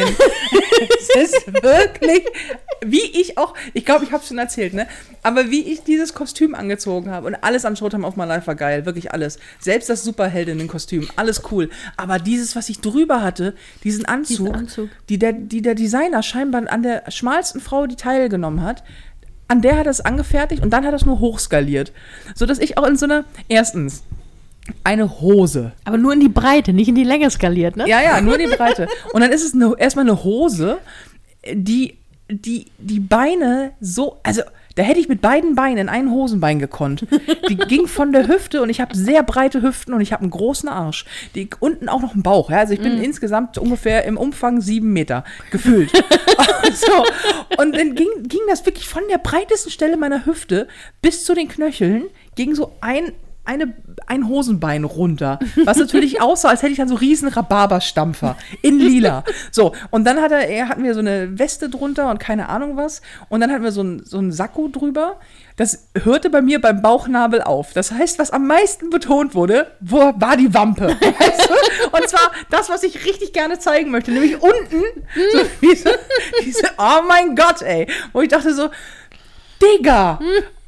Es ist wirklich, wie ich auch, ich glaube, ich habe es schon erzählt, ne? Aber wie ich dieses Kostüm angezogen habe und alles an Showtime of My Life war geil, wirklich alles. Selbst das Superheldinnen-Kostüm, alles cool. Aber dieses, was ich drüber hatte, diesen Anzug, Diesen Anzug. Die, der, die der Designer scheinbar an der schmalsten Frau, die teilgenommen hat, an der hat er es angefertigt und dann hat er es nur hochskaliert. Sodass ich auch in so einer, erstens, eine Hose. Aber nur in die Breite, nicht in die Länge skaliert, ne? Ja, ja, nur die Breite. Und dann ist es eine, erstmal eine Hose, die, die, die Beine so, also da hätte ich mit beiden Beinen in ein Hosenbein gekonnt. Die ging von der Hüfte und ich habe sehr breite Hüften und ich habe einen großen Arsch. Die unten auch noch einen Bauch. Ja? Also ich bin mm. insgesamt ungefähr im Umfang sieben Meter gefühlt. So. Und dann ging, ging das wirklich von der breitesten Stelle meiner Hüfte bis zu den Knöcheln, ging so ein Eine, ein Hosenbein runter, was natürlich aussah, als hätte ich dann so riesen Rhabarberstampfer in lila. So, und dann hat er, er hatten wir so eine Weste drunter und keine Ahnung was. Und dann hatten wir so ein, so ein Sakko drüber. Das hörte bei mir beim Bauchnabel auf. Das heißt, was am meisten betont wurde, wo war die Wampe. Weißt du? Und zwar das, was ich richtig gerne zeigen möchte, nämlich unten, so diese, diese, oh mein Gott, ey. Wo ich dachte so, Digga,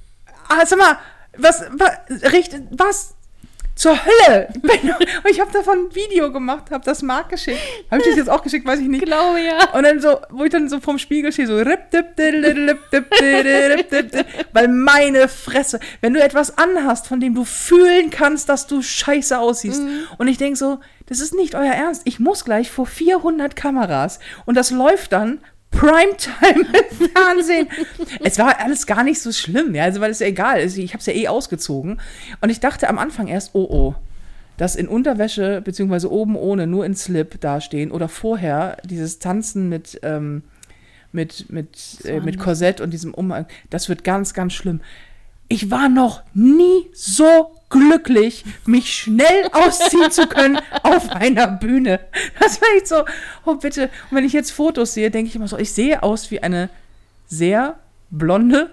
ah, sag mal, Was, was, richtig, was zur Hölle? Und ich habe davon ein Video gemacht, habe das Marc geschickt. Habe ich das jetzt auch geschickt, weiß ich nicht. Ich glaube, ja. Und dann so, wo ich dann so vorm Spiegel stehe, so rip, dip, dip, dip, dip, dip, dip, dip, weil meine Fresse, wenn du etwas anhast, von dem du fühlen kannst, dass du scheiße aussiehst. Mhm. Und ich denke so, das ist nicht euer Ernst. Ich muss gleich vor vierhundert Kameras und das läuft dann Primetime im Fernsehen. Es war alles gar nicht so schlimm, ja, also weil es ja egal ist. Ich habe es ja eh ausgezogen. Und ich dachte am Anfang erst, oh oh, das in Unterwäsche, beziehungsweise oben ohne, nur in Slip dastehen oder vorher dieses Tanzen mit, ähm, mit, mit, äh, mit Korsett und diesem Umhang, das wird ganz, ganz schlimm. Ich war noch nie so glücklich, mich schnell ausziehen zu können auf einer Bühne. Das war echt so, oh bitte. Und wenn ich jetzt Fotos sehe, denke ich immer so, ich sehe aus wie eine sehr blonde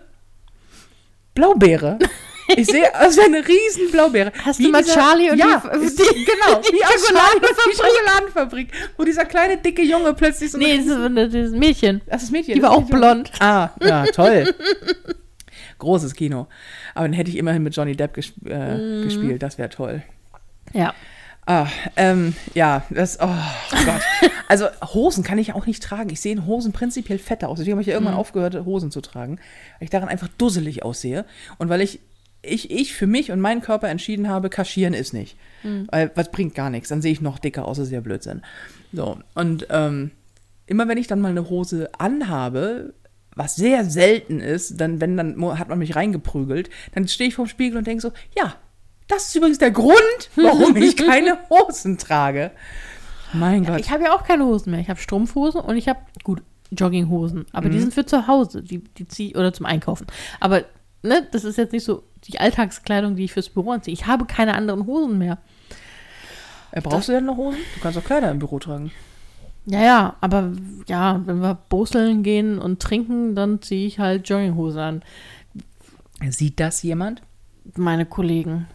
Blaubeere. Ich sehe aus wie eine riesen Blaubeere. Hast wie du mal dieser, Charlie und ja, die, die, die genau, die, die Schokoladenfabrik. Die Schokoladenfabrik, wo dieser kleine, dicke Junge plötzlich so... Nee, das ist das Mädchen. Das ist Mädchen. Die war auch blond. Ah, ja, toll. Großes Kino. Aber dann hätte ich immerhin mit Johnny Depp gesp- äh, mm. gespielt. Das wäre toll. Ja. Ah, ähm, ja, das, oh Gott. Also Hosen kann ich auch nicht tragen. Ich sehe in Hosen prinzipiell fetter aus. Deswegen habe ich ja irgendwann mm. aufgehört, Hosen zu tragen. Weil ich daran einfach dusselig aussehe. Und weil ich, ich, ich für mich und meinen Körper entschieden habe, kaschieren ist nicht. Mm. Weil was bringt gar nichts. Dann sehe ich noch dicker aus. Das ist ja Blödsinn. So, und ähm, immer wenn ich dann mal eine Hose anhabe, was sehr selten ist, dann, wenn dann hat man mich reingeprügelt, dann stehe ich vorm Spiegel und denke so, ja, das ist übrigens der Grund, warum ich keine Hosen trage. Mein Gott. Ich habe ja auch keine Hosen mehr. Ich habe Strumpfhosen und ich habe, gut, Jogginghosen. Aber mhm. die sind für zu Hause, die, die ziehe oder zum Einkaufen. Aber, ne, das ist jetzt nicht so die Alltagskleidung, die ich fürs Büro anziehe. Ich habe keine anderen Hosen mehr. Äh, brauchst das, du denn noch Hosen? Du kannst auch Kleider im Büro tragen. Ja, ja, aber ja, wenn wir boseln gehen und trinken, dann ziehe ich halt Jogginghosen an. Sieht das jemand? Meine Kollegen.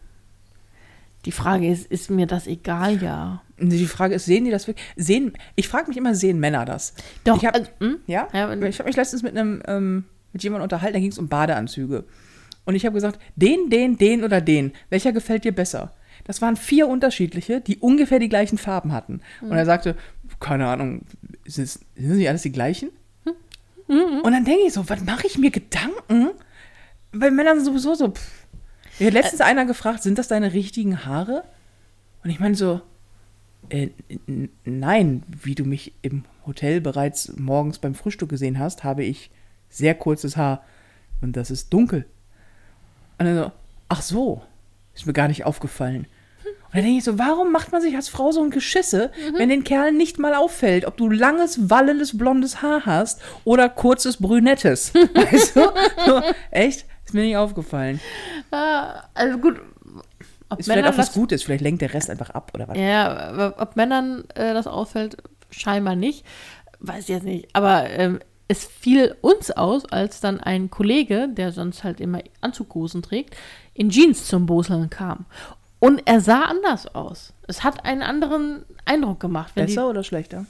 Die Frage ist, ist mir das egal, ja? Die Frage ist, sehen die das wirklich? Sehen, ich frage mich immer, sehen Männer das? Doch. Ich habe also, hm? ja, ja, ich hab mich letztens mit einem ähm, mit jemandem unterhalten, da ging es um Badeanzüge. Und ich habe gesagt, den, den, den oder den. Welcher gefällt dir besser? Das waren vier unterschiedliche, die ungefähr die gleichen Farben hatten. Mhm. Und er sagte, keine Ahnung, sind es nicht alles die gleichen? Mhm. Und dann denke ich so, was mache ich mir Gedanken? Weil Männer sind sowieso so, pff. Mir hat letztens äh, einer gefragt, sind das deine richtigen Haare? Und ich meine so, äh, n- nein, wie du mich im Hotel bereits morgens beim Frühstück gesehen hast, habe ich sehr kurzes Haar und das ist dunkel. Und dann so, ach so, ist mir gar nicht aufgefallen. Und dann denke ich so, warum macht man sich als Frau so ein Geschisse, mhm. wenn den Kerlen nicht mal auffällt, ob du langes, wallendes, blondes Haar hast oder kurzes, brünettes. Weißt du? So, echt? Ist mir nicht aufgefallen. Ja, also gut. Ob ist Männern vielleicht auch was Gutes, vielleicht lenkt der Rest einfach ab oder was. Ja, ob Männern äh, das auffällt, scheinbar nicht. Weiß ich jetzt nicht. Aber ähm, es fiel uns aus, als dann ein Kollege, der sonst halt immer Anzughosen trägt, in Jeans zum Boseln kam. Und er sah anders aus. Es hat einen anderen Eindruck gemacht. Wenn Besser die, oder schlechter?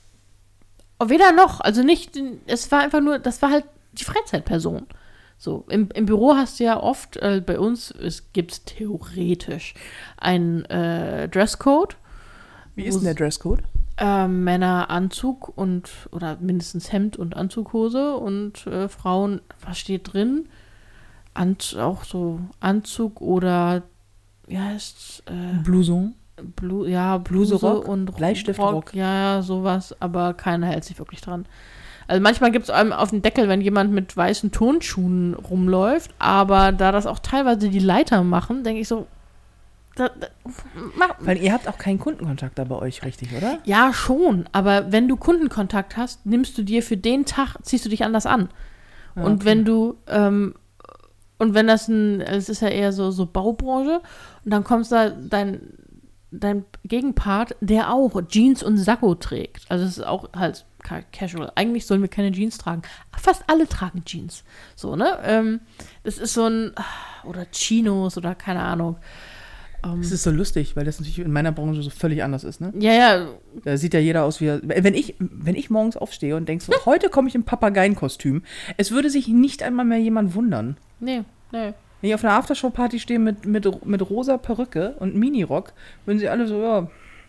Weder noch. Also nicht, es war einfach nur, das war halt die Freizeitperson. So, im, im Büro hast du ja oft, äh, bei uns gibt es theoretisch einen äh, Dresscode. Wie ist denn der Dresscode? Äh, Männer Anzug und, oder mindestens Hemd und Anzughose und äh, Frauen, was steht drin? Ant, auch so Anzug oder wie heißt äh, Blouson? Blu, ja, Bluse, Bluse Rock, und Bleistiftrock. Rock, ja, sowas, aber keiner hält sich wirklich dran. Also manchmal gibt es einem auf dem Deckel, wenn jemand mit weißen Turnschuhen rumläuft, aber da das auch teilweise die Leiter machen, denke ich so, da, da, mach. Weil ihr habt auch keinen Kundenkontakt da bei euch, richtig, oder? Ja, schon, aber wenn du Kundenkontakt hast, nimmst du dir für den Tag, ziehst du dich anders an. Ja, und okay. wenn du, ähm, und wenn das ein, es ist ja eher so, so Baubranche, und dann kommst da dein, dein Gegenpart, der auch Jeans und Sakko trägt. Also es ist auch halt casual. Eigentlich sollen wir keine Jeans tragen. Fast alle tragen Jeans. So, ne? Ähm, das ist so ein, oder Chinos oder keine Ahnung. Das ist so lustig, weil das natürlich in meiner Branche so völlig anders ist, ne? Ja, ja. Da sieht ja jeder aus wie, wenn ich, wenn ich morgens aufstehe und denke so, heute komme ich im Papageienkostüm, es würde sich nicht einmal mehr jemand wundern. Nee, nee. Wenn ich auf einer Aftershow-Party stehe mit, mit, mit rosa Perücke und Minirock, würden sie alle so, ja,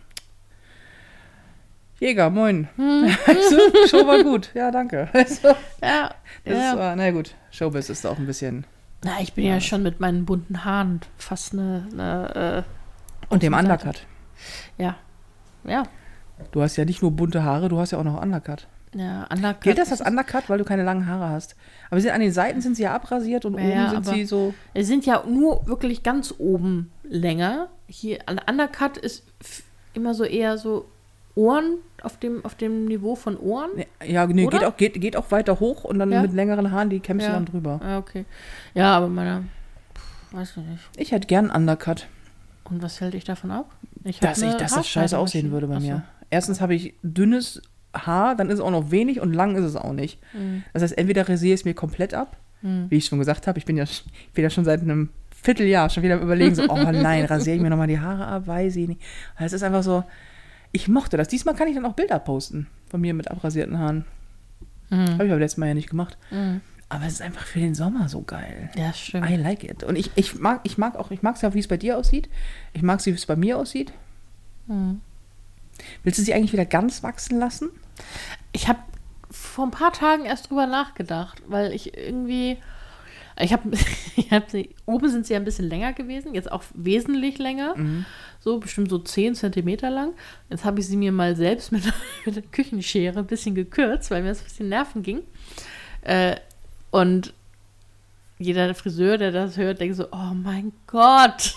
Jäger, moin. Hm. Also, Show war gut. Ja, danke. Also, ja, das ja. Ist, uh, na gut, Showbiz ist auch ein bisschen... Na, ich bin ja, ja schon mit meinen bunten Haaren fast eine... eine äh, und dem Undercut. Ja, ja. Du hast ja nicht nur bunte Haare, du hast ja auch noch Undercut. Ja, Undercut. Gilt das als Undercut, weil du keine langen Haare hast? Aber sie sind, an den Seiten sind sie ja abrasiert und ja, oben sind sie so... Es sind ja nur wirklich ganz oben länger. Hier, an Undercut ist f- immer so eher so Ohren, auf dem, auf dem Niveau von Ohren. Ja, nee, geht auch, geht, geht auch weiter hoch und dann ja? mit längeren Haaren, die kämmst ja. du dann drüber. Ja, okay. Ja, aber meine... Pff, weiß ich nicht. Ich hätte gern einen Undercut. Und was hält dich davon ab? Ich dass ich, dass das scheiße aussehen würde bei Achso. mir. Erstens habe ich dünnes Haar, dann ist es auch noch wenig und lang ist es auch nicht. Mhm. Das heißt, entweder rasiere ich es mir komplett ab, mhm. wie ich schon gesagt habe, ich bin ja, ich bin ja schon seit einem Vierteljahr schon wieder am Überlegen, so, oh nein, rasiere ich mir nochmal die Haare ab, weiß ich nicht. Es ist einfach so, ich mochte das. Diesmal kann ich dann auch Bilder posten von mir mit abrasierten Haaren. Mhm. Habe ich aber letztes Mal ja nicht gemacht. Mhm. Aber es ist einfach für den Sommer so geil. Ja, stimmt. I like it. Und ich, ich mag ich mag auch, ich mag es ja, wie es bei dir aussieht. Ich mag es, wie es bei mir aussieht. Mhm. Willst du sie eigentlich wieder ganz wachsen lassen? Ich habe vor ein paar Tagen erst drüber nachgedacht, weil ich irgendwie, ich habe, ich hab sie, oben sind sie ja ein bisschen länger gewesen, jetzt auch wesentlich länger, mhm. so bestimmt so zehn Zentimeter lang. Jetzt habe ich sie mir mal selbst mit, mit der Küchenschere ein bisschen gekürzt, weil mir das ein bisschen Nerven ging. Äh, und jeder Friseur, der das hört, denkt so, oh mein Gott.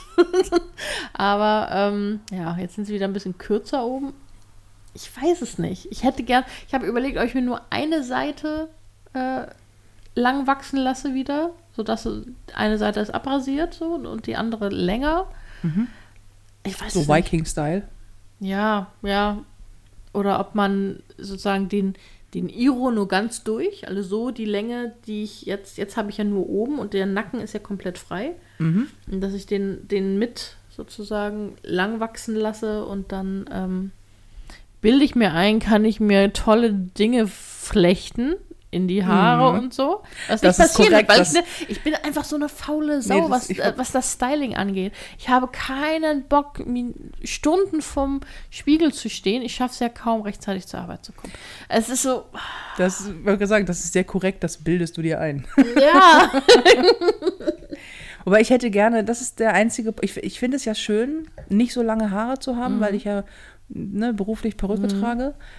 Aber ähm, ja, jetzt sind sie wieder ein bisschen kürzer oben. Ich weiß es nicht. Ich hätte gern, ich habe überlegt, ob ich mir nur eine Seite äh, lang wachsen lasse wieder, sodass eine Seite ist abrasiert so, und die andere länger. Mhm. Ich weiß so es nicht. Viking-Style? Ja, ja. Oder ob man sozusagen den den Iro nur ganz durch, also so die Länge, die ich jetzt, jetzt habe ich ja nur oben und der Nacken ist ja komplett frei. Mhm. Und dass ich den, den mit sozusagen lang wachsen lasse und dann ähm, bilde ich mir ein, kann ich mir tolle Dinge flechten in die Haare mhm. und so. Was das nicht ist passieren korrekt, wird, weil das ich, ne, ich bin einfach so eine faule Sau, nee, was, ich, äh, was das Styling angeht. Ich habe keinen Bock, Stunden vom Spiegel zu stehen. Ich schaffe es ja kaum, rechtzeitig zur Arbeit zu kommen. Es ist so... Das, ich wollte sagen, das ist sehr korrekt, das bildest du dir ein. Ja. Wobei ich hätte gerne, das ist der einzige, ich, ich finde es ja schön, nicht so lange Haare zu haben, mhm. weil ich ja ne, beruflich Perücke mhm. trage.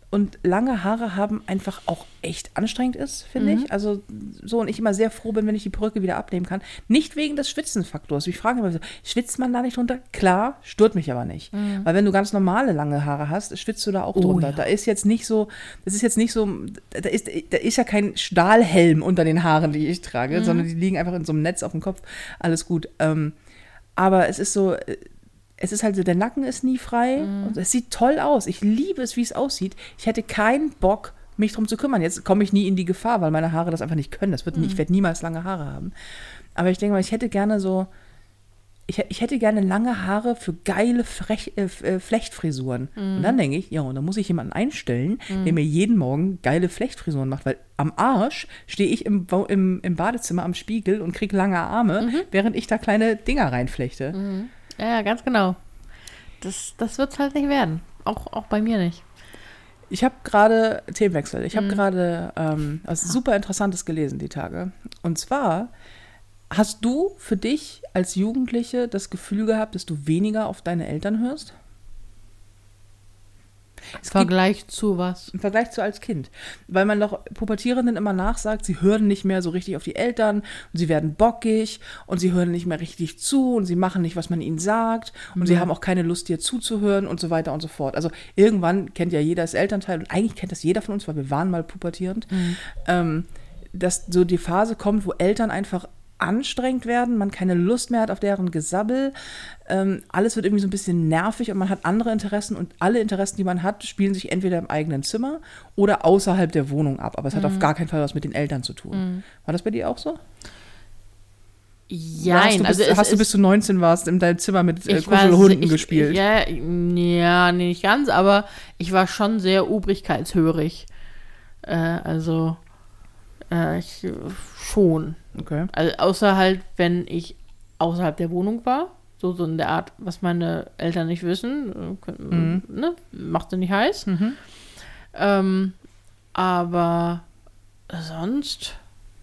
und lange Haare haben einfach auch echt anstrengend ist, finde Mhm. ich. Also so, und ich immer sehr froh bin, wenn ich die Perücke wieder abnehmen kann. Nicht wegen des Schwitzenfaktors. Ich frage immer so, schwitzt man da nicht drunter? Klar, stört mich aber nicht. Mhm. Weil wenn du ganz normale lange Haare hast, schwitzt du da auch Oh, drunter. ja. Da ist jetzt nicht so, das ist jetzt nicht so, da ist, da ist ja kein Stahlhelm unter den Haaren, die ich trage, Mhm. sondern die liegen einfach in so einem Netz auf dem Kopf. Alles gut. Ähm, aber es ist so, es ist halt so, der Nacken ist nie frei. Mhm. Und es sieht toll aus. Ich liebe es, wie es aussieht. Ich hätte keinen Bock, mich drum zu kümmern. Jetzt komme ich nie in die Gefahr, weil meine Haare das einfach nicht können. Das wird nie, Mhm. ich werde niemals lange Haare haben. Aber ich denke mal, ich hätte gerne so, ich, ich hätte gerne lange Haare für geile Frech, äh, äh, Flechtfrisuren. Mhm. Und dann denke ich, ja, und dann muss ich jemanden einstellen, der mir jeden Morgen geile Flechtfrisuren macht, weil am Arsch stehe ich im, Ba- im, im Badezimmer am Spiegel und kriege lange Arme, Mhm. während ich da kleine Dinger reinflechte. Mhm. Ja, ja, ganz genau. Das, das wird es halt nicht werden. Auch, auch bei mir nicht. Ich habe gerade, Themenwechsel, ich habe Mhm. gerade ähm, was super Interessantes gelesen die Tage. Und zwar, hast du für dich als Jugendliche das Gefühl gehabt, dass du weniger auf deine Eltern hörst? Im Vergleich zu was? Im Vergleich zu als Kind. Weil man doch Pubertierenden immer nachsagt, sie hören nicht mehr so richtig auf die Eltern und sie werden bockig und sie hören nicht mehr richtig zu und sie machen nicht, was man ihnen sagt und sie Ja. haben auch keine Lust, dir zuzuhören und so weiter und so fort. Also irgendwann kennt ja jeder das Elternteil und eigentlich kennt das jeder von uns, weil wir waren mal pubertierend, ähm, dass so die Phase kommt, wo Eltern einfach anstrengend werden, man keine Lust mehr hat auf deren Gesabbel, ähm, alles wird irgendwie so ein bisschen nervig und man hat andere Interessen und alle Interessen, die man hat, spielen sich entweder im eigenen Zimmer oder außerhalb der Wohnung ab, aber es hat auf gar keinen Fall was mit den Eltern zu tun. War das bei dir auch so? Ja, hast du, bis, also es, hast du es, bis du neunzehn warst in deinem Zimmer mit äh, ich war Kuschelhunden se- ich, gespielt? Ja, ja, nee, nicht ganz, aber ich war schon sehr obrigkeitshörig. Äh, also äh, ich äh, schon. Okay. Also außer halt, wenn ich außerhalb der Wohnung war, so, so in der Art, was meine Eltern nicht wissen, äh, können, Mhm. ne, macht sie nicht heiß. Mhm. Ähm, aber sonst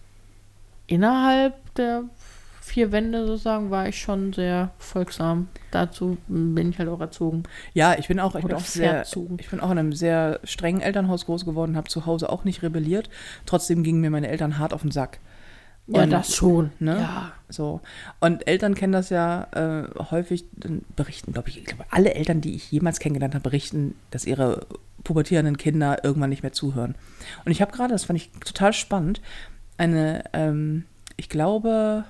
innerhalb der vier Wände sozusagen war ich schon sehr folgsam. Dazu bin ich halt auch erzogen. Ja, ich bin auch, ich bin Oder auch sehr, verzogen. ich bin auch in einem sehr strengen Elternhaus groß geworden, habe zu Hause auch nicht rebelliert. Trotzdem gingen mir meine Eltern hart auf den Sack. Ja, Und, das schon. Ne? Ja. So. Und Eltern kennen das ja äh, häufig, dann berichten, glaube ich, ich glaube, alle Eltern, die ich jemals kennengelernt habe, berichten, dass ihre pubertierenden Kinder irgendwann nicht mehr zuhören. Und ich habe gerade, das fand ich total spannend, eine, ähm, ich glaube,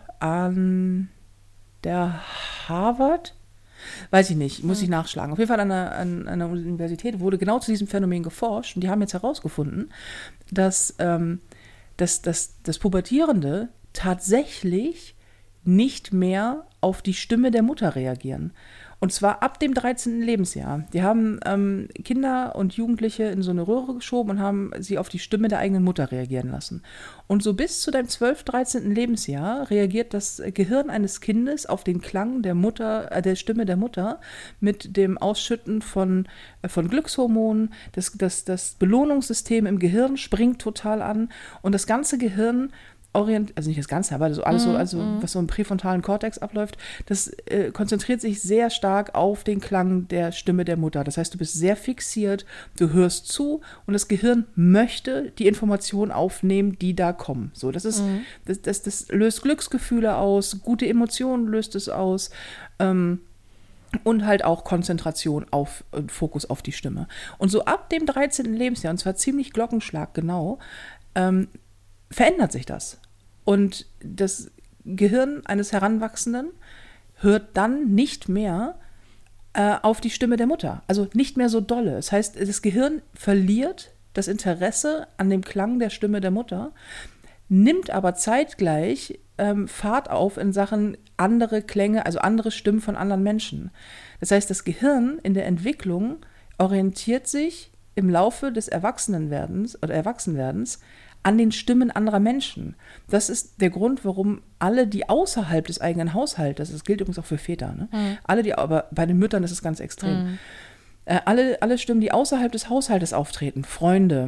an der Harvard, weiß ich nicht, muss ich nachschlagen. Auf jeden Fall an einer, an einer Universität wurde genau zu diesem Phänomen geforscht und die haben jetzt herausgefunden, dass, ähm, dass, dass das Pubertierende tatsächlich nicht mehr auf die Stimme der Mutter reagieren. Und zwar ab dem dreizehnten Lebensjahr. Die haben ähm, Kinder und Jugendliche in so eine Röhre geschoben und haben sie auf die Stimme der eigenen Mutter reagieren lassen. Und so bis zu deinem zwölften, dreizehnten Lebensjahr reagiert das Gehirn eines Kindes auf den Klang der Mutter, äh, der Stimme der Mutter mit dem Ausschütten von, äh, von Glückshormonen. Das, das, das Belohnungssystem im Gehirn springt total an und das ganze Gehirn orient, also nicht das Ganze, aber so alles so, also was so im präfrontalen Kortex abläuft, das äh, konzentriert sich sehr stark auf den Klang der Stimme der Mutter. Das heißt, du bist sehr fixiert, du hörst zu und das Gehirn möchte die Informationen aufnehmen, die da kommen. So, das ist, Mhm. das, das, das löst Glücksgefühle aus, gute Emotionen löst es aus. Ähm, Und halt auch Konzentration auf und Fokus auf die Stimme. Und so ab dem dreizehnten Lebensjahr, und zwar ziemlich Glockenschlag genau, ähm, verändert sich das. Und das Gehirn eines Heranwachsenden hört dann nicht mehr äh, auf die Stimme der Mutter. Also nicht mehr so dolle. Das heißt, das Gehirn verliert das Interesse an dem Klang der Stimme der Mutter, nimmt aber zeitgleich ähm, Fahrt auf in Sachen andere Klänge, also andere Stimmen von anderen Menschen. Das heißt, das Gehirn in der Entwicklung orientiert sich im Laufe des Erwachsenenwerdens oder Erwachsenwerdens an den Stimmen anderer Menschen. Das ist der Grund, warum alle, die außerhalb des eigenen Haushaltes, das gilt übrigens auch für Väter, ne? Mhm. alle, die, aber bei den Müttern ist es ganz extrem, Mhm. äh, alle, alle Stimmen, die außerhalb des Haushaltes auftreten, Freunde,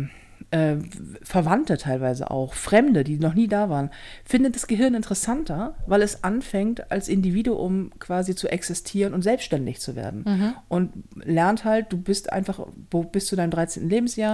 äh, Verwandte teilweise auch, Fremde, die noch nie da waren, findet das Gehirn interessanter, weil es anfängt, als Individuum quasi zu existieren und selbstständig zu werden. Mhm. Und lernt halt, du bist einfach bis zu deinem dreizehnten Lebensjahr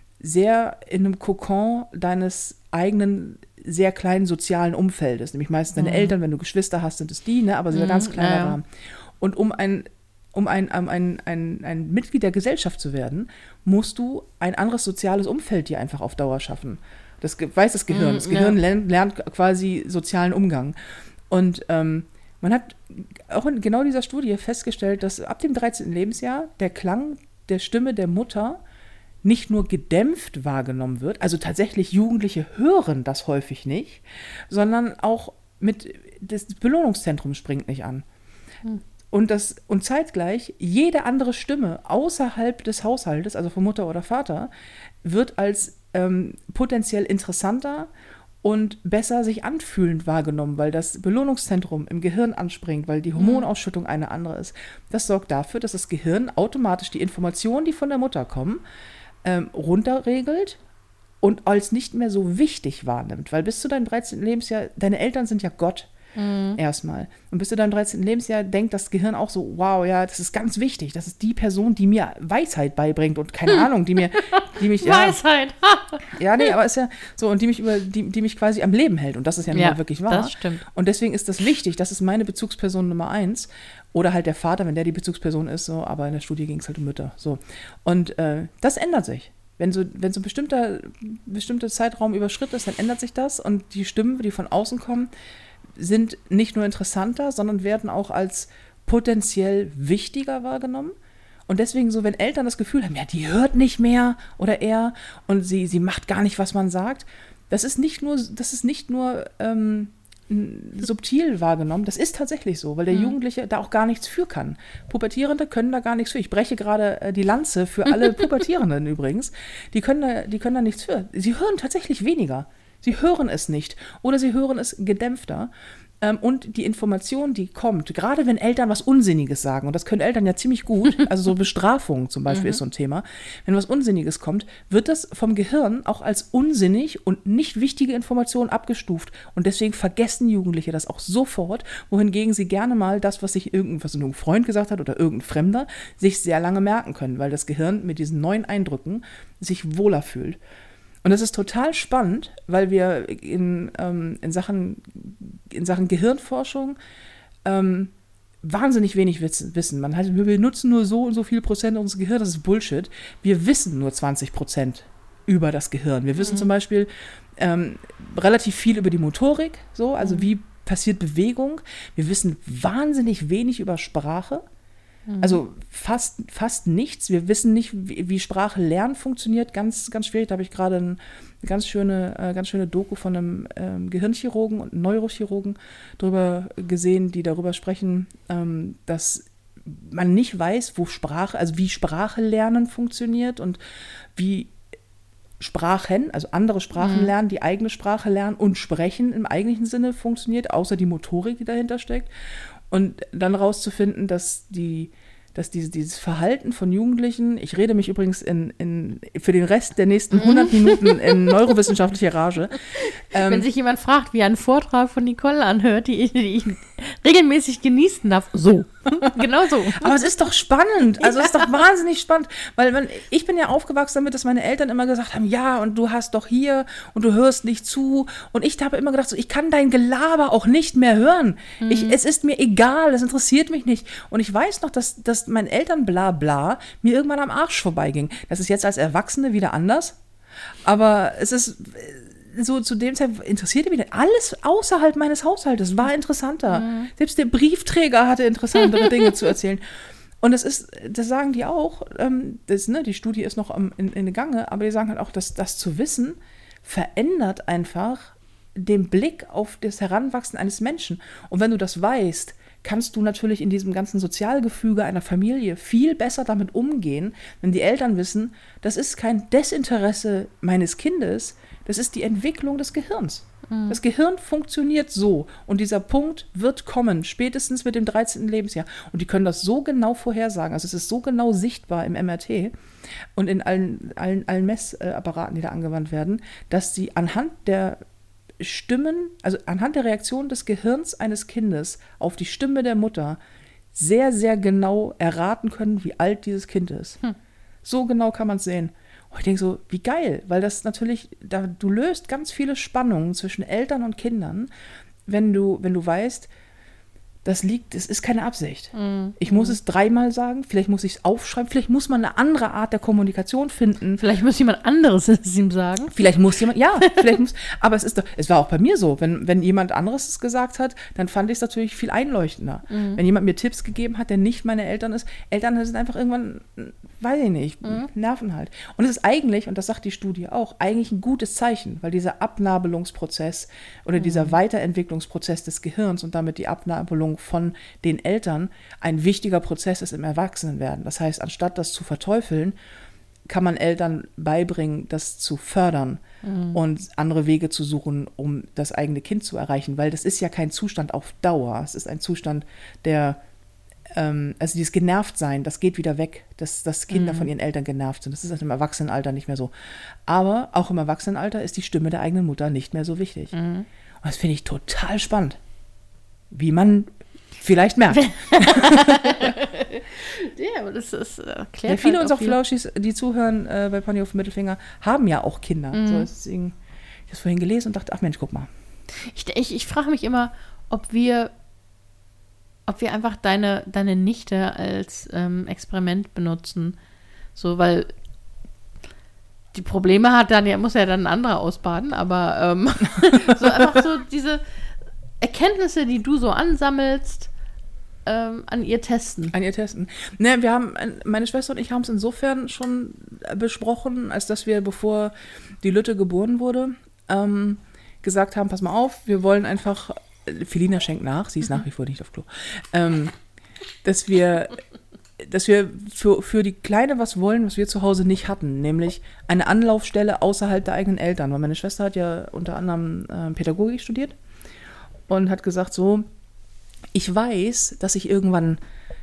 sehr in einem Kokon deines eigenen, sehr kleinen sozialen Umfeldes. Nämlich meistens deine mhm. Eltern, wenn du Geschwister hast, sind es die, ne? Aber sie sind mhm. ganz kleiner Rahmen. Ja. Und um ein Um ein, um ein, ein, ein Mitglied der Gesellschaft zu werden, musst du ein anderes soziales Umfeld dir einfach auf Dauer schaffen. Das weiß das Gehirn. Das Gehirn ja. lernt, lernt quasi sozialen Umgang. Und ähm, man hat auch in genau dieser Studie festgestellt, dass ab dem dreizehnten Lebensjahr der Klang der Stimme der Mutter nicht nur gedämpft wahrgenommen wird, also tatsächlich Jugendliche hören das häufig nicht, sondern auch mit, das Belohnungszentrum springt nicht an. Hm. Und, das, und zeitgleich jede andere Stimme außerhalb des Haushaltes, also von Mutter oder Vater, wird als ähm, potenziell interessanter und besser sich anfühlend wahrgenommen, weil das Belohnungszentrum im Gehirn anspringt, weil die Hormonausschüttung eine andere ist. Das sorgt dafür, dass das Gehirn automatisch die Informationen, die von der Mutter kommen, ähm, runterregelt und als nicht mehr so wichtig wahrnimmt. Weil bis zu deinem dreizehnten Lebensjahr, deine Eltern sind ja Gott. Mhm. Erstmal. Und bis zu deinem dreizehnten Lebensjahr denkt das Gehirn auch so, wow, ja, das ist ganz wichtig. Das ist die Person, die mir Weisheit beibringt und keine hm. Ahnung, die mir, die mich, ja, Weisheit! ja, nee, aber ist ja so, und die mich über, die, die mich quasi am Leben hält. Und das ist ja, ja nun wirklich wahr. Das stimmt. Und deswegen ist das wichtig, das ist meine Bezugsperson Nummer eins. Oder halt der Vater, wenn der die Bezugsperson ist, so, aber in der Studie ging es halt um Mütter. So. Und äh, das ändert sich. Wenn so, wenn so ein bestimmter, bestimmter Zeitraum überschritten ist, dann ändert sich das und die Stimmen, die von außen kommen, sind nicht nur interessanter, sondern werden auch als potenziell wichtiger wahrgenommen. Und deswegen so, wenn Eltern das Gefühl haben, ja, die hört nicht mehr oder er und sie, sie macht gar nicht, was man sagt, das ist nicht nur, das ist nicht nur ähm, subtil wahrgenommen, das ist tatsächlich so, weil der mhm. Jugendliche da auch gar nichts für kann. Pubertierende können da gar nichts für. Ich breche gerade äh, die Lanze für alle Pubertierenden übrigens. Die können da, die können da nichts für. Sie hören tatsächlich weniger. Sie hören es nicht oder sie hören es gedämpfter. Ähm, und die Information, die kommt, gerade wenn Eltern was Unsinniges sagen, und das können Eltern ja ziemlich gut, also so Bestrafung zum Beispiel mhm. ist so ein Thema, wenn was Unsinniges kommt, wird das vom Gehirn auch als unsinnig und nicht wichtige Information abgestuft. Und deswegen vergessen Jugendliche das auch sofort, wohingegen sie gerne mal das, was sich irgendwas ein Freund gesagt hat oder irgendein Fremder, sich sehr lange merken können, weil das Gehirn mit diesen neuen Eindrücken sich wohler fühlt. Und das ist total spannend, weil wir in, ähm, in, Sachen, in Sachen Gehirnforschung ähm, wahnsinnig wenig wissen. Man hat, wir benutzen nur so und so viel Prozent unseres Gehirns, das ist Bullshit. Wir wissen nur zwanzig Prozent über das Gehirn. Wir wissen mhm. zum Beispiel ähm, relativ viel über die Motorik, so, also mhm. wie passiert Bewegung. Wir wissen wahnsinnig wenig über Sprache. Also fast, fast nichts. Wir wissen nicht, wie, wie Sprache lernen funktioniert. Ganz, ganz schwierig. Da habe ich gerade ein, eine ganz schöne, äh, ganz schöne Doku von einem ähm, Gehirnchirurgen und Neurochirurgen drüber gesehen, die darüber sprechen, ähm, dass man nicht weiß, wo Sprache, also wie Sprache lernen funktioniert und wie Sprachen, also andere Sprachen mhm. lernen, die eigene Sprache lernen und sprechen im eigentlichen Sinne funktioniert, außer die Motorik, die dahinter steckt. Und dann rauszufinden, dass die, dass diese, dieses Verhalten von Jugendlichen, ich rede mich übrigens in, in, für den Rest der nächsten hundert Minuten in neurowissenschaftlicher Rage. Ähm, Wenn sich jemand fragt, wie ein Vortrag von Nicole anhört, die, die ich regelmäßig genießen darf, so. Genau so. Aber es ist doch spannend. Also ja. es ist doch wahnsinnig spannend. Weil man, ich bin ja aufgewachsen damit, dass meine Eltern immer gesagt haben, ja, und du hast doch hier und du hörst nicht zu. Und ich habe immer gedacht, so, ich kann dein Gelaber auch nicht mehr hören. Mhm. Ich, es ist mir egal, das interessiert mich nicht. Und ich weiß noch, dass, dass meinen Eltern bla bla mir irgendwann am Arsch vorbeiging. Das ist jetzt als Erwachsene wieder anders. Aber es ist so, zu dem Zeit interessierte mich alles außerhalb meines Haushaltes war interessanter. Mhm. Selbst der Briefträger hatte interessantere Dinge zu erzählen. Und das ist, das sagen die auch, ähm, das, ne, die Studie ist noch am, in, in Gange, aber die sagen halt auch, dass das zu wissen verändert einfach den Blick auf das Heranwachsen eines Menschen. Und wenn du das weißt, kannst du natürlich in diesem ganzen Sozialgefüge einer Familie viel besser damit umgehen, wenn die Eltern wissen, das ist kein Desinteresse meines Kindes, das ist die Entwicklung des Gehirns. Mhm. Das Gehirn funktioniert so. Und dieser Punkt wird kommen, spätestens mit dem dreizehnten Lebensjahr. Und die können das so genau vorhersagen. Also es ist so genau sichtbar im M R T und in allen, allen, allen Messapparaten, die da angewandt werden, dass sie anhand der Stimmen, also anhand der Reaktion des Gehirns eines Kindes auf die Stimme der Mutter sehr, sehr genau erraten können, wie alt dieses Kind ist. Hm. So genau kann man es sehen. Und ich denke so, wie geil, weil das natürlich, da, du löst ganz viele Spannungen zwischen Eltern und Kindern, wenn du, wenn du weißt, das liegt, es ist keine Absicht. Mm, ich muss mm. es dreimal sagen, vielleicht muss ich es aufschreiben, vielleicht muss man eine andere Art der Kommunikation finden. Vielleicht muss jemand anderes es ihm sagen. Vielleicht muss jemand, ja, vielleicht muss, aber es ist doch, es war auch bei mir so, wenn, wenn jemand anderes es gesagt hat, dann fand ich es natürlich viel einleuchtender. Mm. Wenn jemand mir Tipps gegeben hat, der nicht meine Eltern ist, Eltern sind einfach irgendwann, weiß ich nicht, mm. nerven halt. Und es ist eigentlich, und das sagt die Studie auch, eigentlich ein gutes Zeichen, weil dieser Abnabelungsprozess oder mm. dieser Weiterentwicklungsprozess des Gehirns und damit die Abnabelung von den Eltern ein wichtiger Prozess ist im Erwachsenenwerden. Das heißt, anstatt das zu verteufeln, kann man Eltern beibringen, das zu fördern mhm. und andere Wege zu suchen, um das eigene Kind zu erreichen. Weil das ist ja kein Zustand auf Dauer. Es ist ein Zustand, der, ähm, also dieses Genervtsein, das geht wieder weg, dass, dass Kinder mhm. von ihren Eltern genervt sind. Das ist im Erwachsenenalter nicht mehr so. Aber auch im Erwachsenenalter ist die Stimme der eigenen Mutter nicht mehr so wichtig. Mhm. Und das finde ich total spannend. Wie man vielleicht merkt. Ja, aber das ist äh, klar. Ja, viele halt unserer Flauschis, die zuhören äh, bei Ponyhof Mittelfinger, haben ja auch Kinder. Mhm. So, deswegen, ich habe das vorhin gelesen und dachte, ach Mensch, guck mal. Ich, ich, ich frage mich immer, ob wir, ob wir einfach deine, deine Nichte als ähm, Experiment benutzen. So, weil die Probleme hat dann, ja, muss ja dann ein anderer ausbaden, aber ähm, so einfach so diese Erkenntnisse, die du so ansammelst, ähm, an ihr testen. An ihr testen. Ne, wir haben, meine Schwester und ich haben es insofern schon besprochen, als dass wir, bevor die Lütte geboren wurde, ähm, gesagt haben, pass mal auf, wir wollen einfach, Felina schenkt nach, sie ist nach wie vor nicht auf Klo, ähm, dass wir, dass wir für, für die Kleine was wollen, was wir zu Hause nicht hatten, nämlich eine Anlaufstelle außerhalb der eigenen Eltern. Weil meine Schwester hat ja unter anderem äh, Pädagogik studiert und hat gesagt so, ich weiß, dass ich irgendwann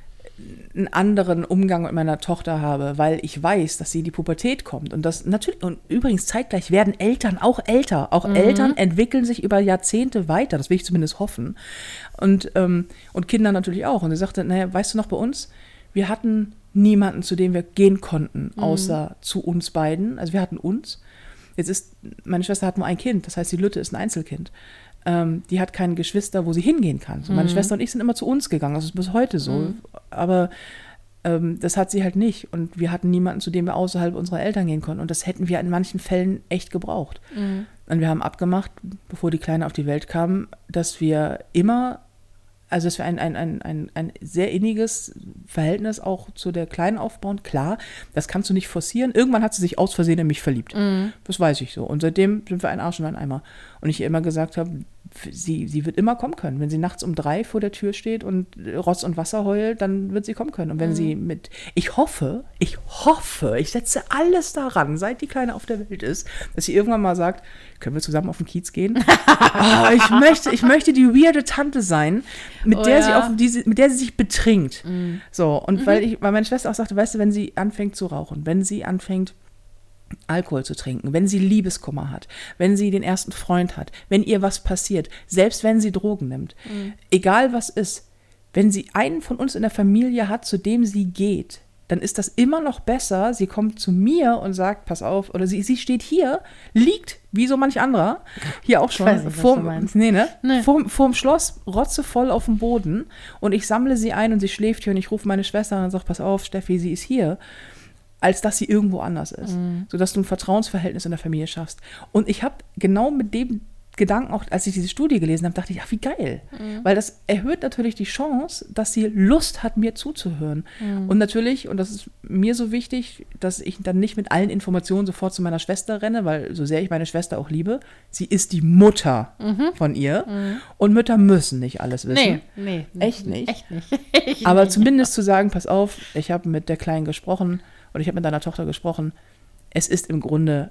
einen anderen Umgang mit meiner Tochter habe, weil ich weiß, dass sie in die Pubertät kommt. Und das natürlich, und übrigens zeitgleich werden Eltern auch älter. Auch mhm. Eltern entwickeln sich über Jahrzehnte weiter, das will ich zumindest hoffen. Und, ähm, und Kinder natürlich auch. Und sie sagte, naja, weißt du noch, bei uns, wir hatten niemanden, zu dem wir gehen konnten, außer mhm. zu uns beiden. Also wir hatten uns. Jetzt ist, meine Schwester hat nur ein Kind, das heißt, die Lütte ist ein Einzelkind. Ähm, die hat keine Geschwister, wo sie hingehen kann. So, meine mhm. Schwester und ich sind immer zu uns gegangen, das ist bis heute so. Mhm. Aber ähm, das hat sie halt nicht. Und wir hatten niemanden, zu dem wir außerhalb unserer Eltern gehen konnten. Und das hätten wir in manchen Fällen echt gebraucht. Mhm. Und wir haben abgemacht, bevor die Kleine auf die Welt kam, dass wir immer, also dass wir ein, ein, ein, ein, ein sehr inniges Verhältnis auch zu der Kleinen aufbauen. Klar, das kannst du nicht forcieren. Irgendwann hat sie sich aus Versehen in mich verliebt. Mhm. Das weiß ich so. Und seitdem sind wir ein Arsch und ein Eimer. Und ich immer gesagt habe, sie, sie wird immer kommen können. Wenn sie nachts um drei vor der Tür steht und Rotz und Wasser heult, dann wird sie kommen können. Und wenn mhm. sie mit, ich hoffe, ich hoffe, ich setze alles daran, seit die Kleine auf der Welt ist, dass sie irgendwann mal sagt, können wir zusammen auf den Kiez gehen? oh, ich möchte, ich möchte die weirde Tante sein, mit, oh, der, ja. sie auf diese, mit der sie sich betrinkt. Mhm. So, und mhm. weil, ich, weil meine Schwester auch sagte, weißt du, wenn sie anfängt zu rauchen, wenn sie anfängt, Alkohol zu trinken, wenn sie Liebeskummer hat, wenn sie den ersten Freund hat, wenn ihr was passiert, selbst wenn sie Drogen nimmt, mhm. egal was ist, wenn sie einen von uns in der Familie hat, zu dem sie geht, dann ist das immer noch besser, sie kommt zu mir und sagt, pass auf, oder sie, sie steht hier, liegt, wie so manch anderer, hier auch schon, nicht, vorm, nee, ne? nee. Vorm, vorm Schloss, rotzevoll auf dem Boden und ich sammle sie ein und sie schläft hier und ich rufe meine Schwester an und sage, pass auf, Steffi, sie ist hier, als dass sie irgendwo anders ist, mhm. sodass du ein Vertrauensverhältnis in der Familie schaffst. Und ich habe genau mit dem Gedanken, auch als ich diese Studie gelesen habe, dachte ich, ach, wie geil. Mhm. Weil das erhöht natürlich die Chance, dass sie Lust hat, mir zuzuhören. Mhm. Und natürlich, und das ist mir so wichtig, dass ich dann nicht mit allen Informationen sofort zu meiner Schwester renne, weil so sehr ich meine Schwester auch liebe, sie ist die Mutter mhm. von ihr. Mhm. Und Mütter müssen nicht alles wissen. Nee, nee. Echt nicht. Echt nicht. Aber zumindest zu sagen, pass auf, ich habe mit der Kleinen gesprochen, oder ich habe mit deiner Tochter gesprochen, es ist im Grunde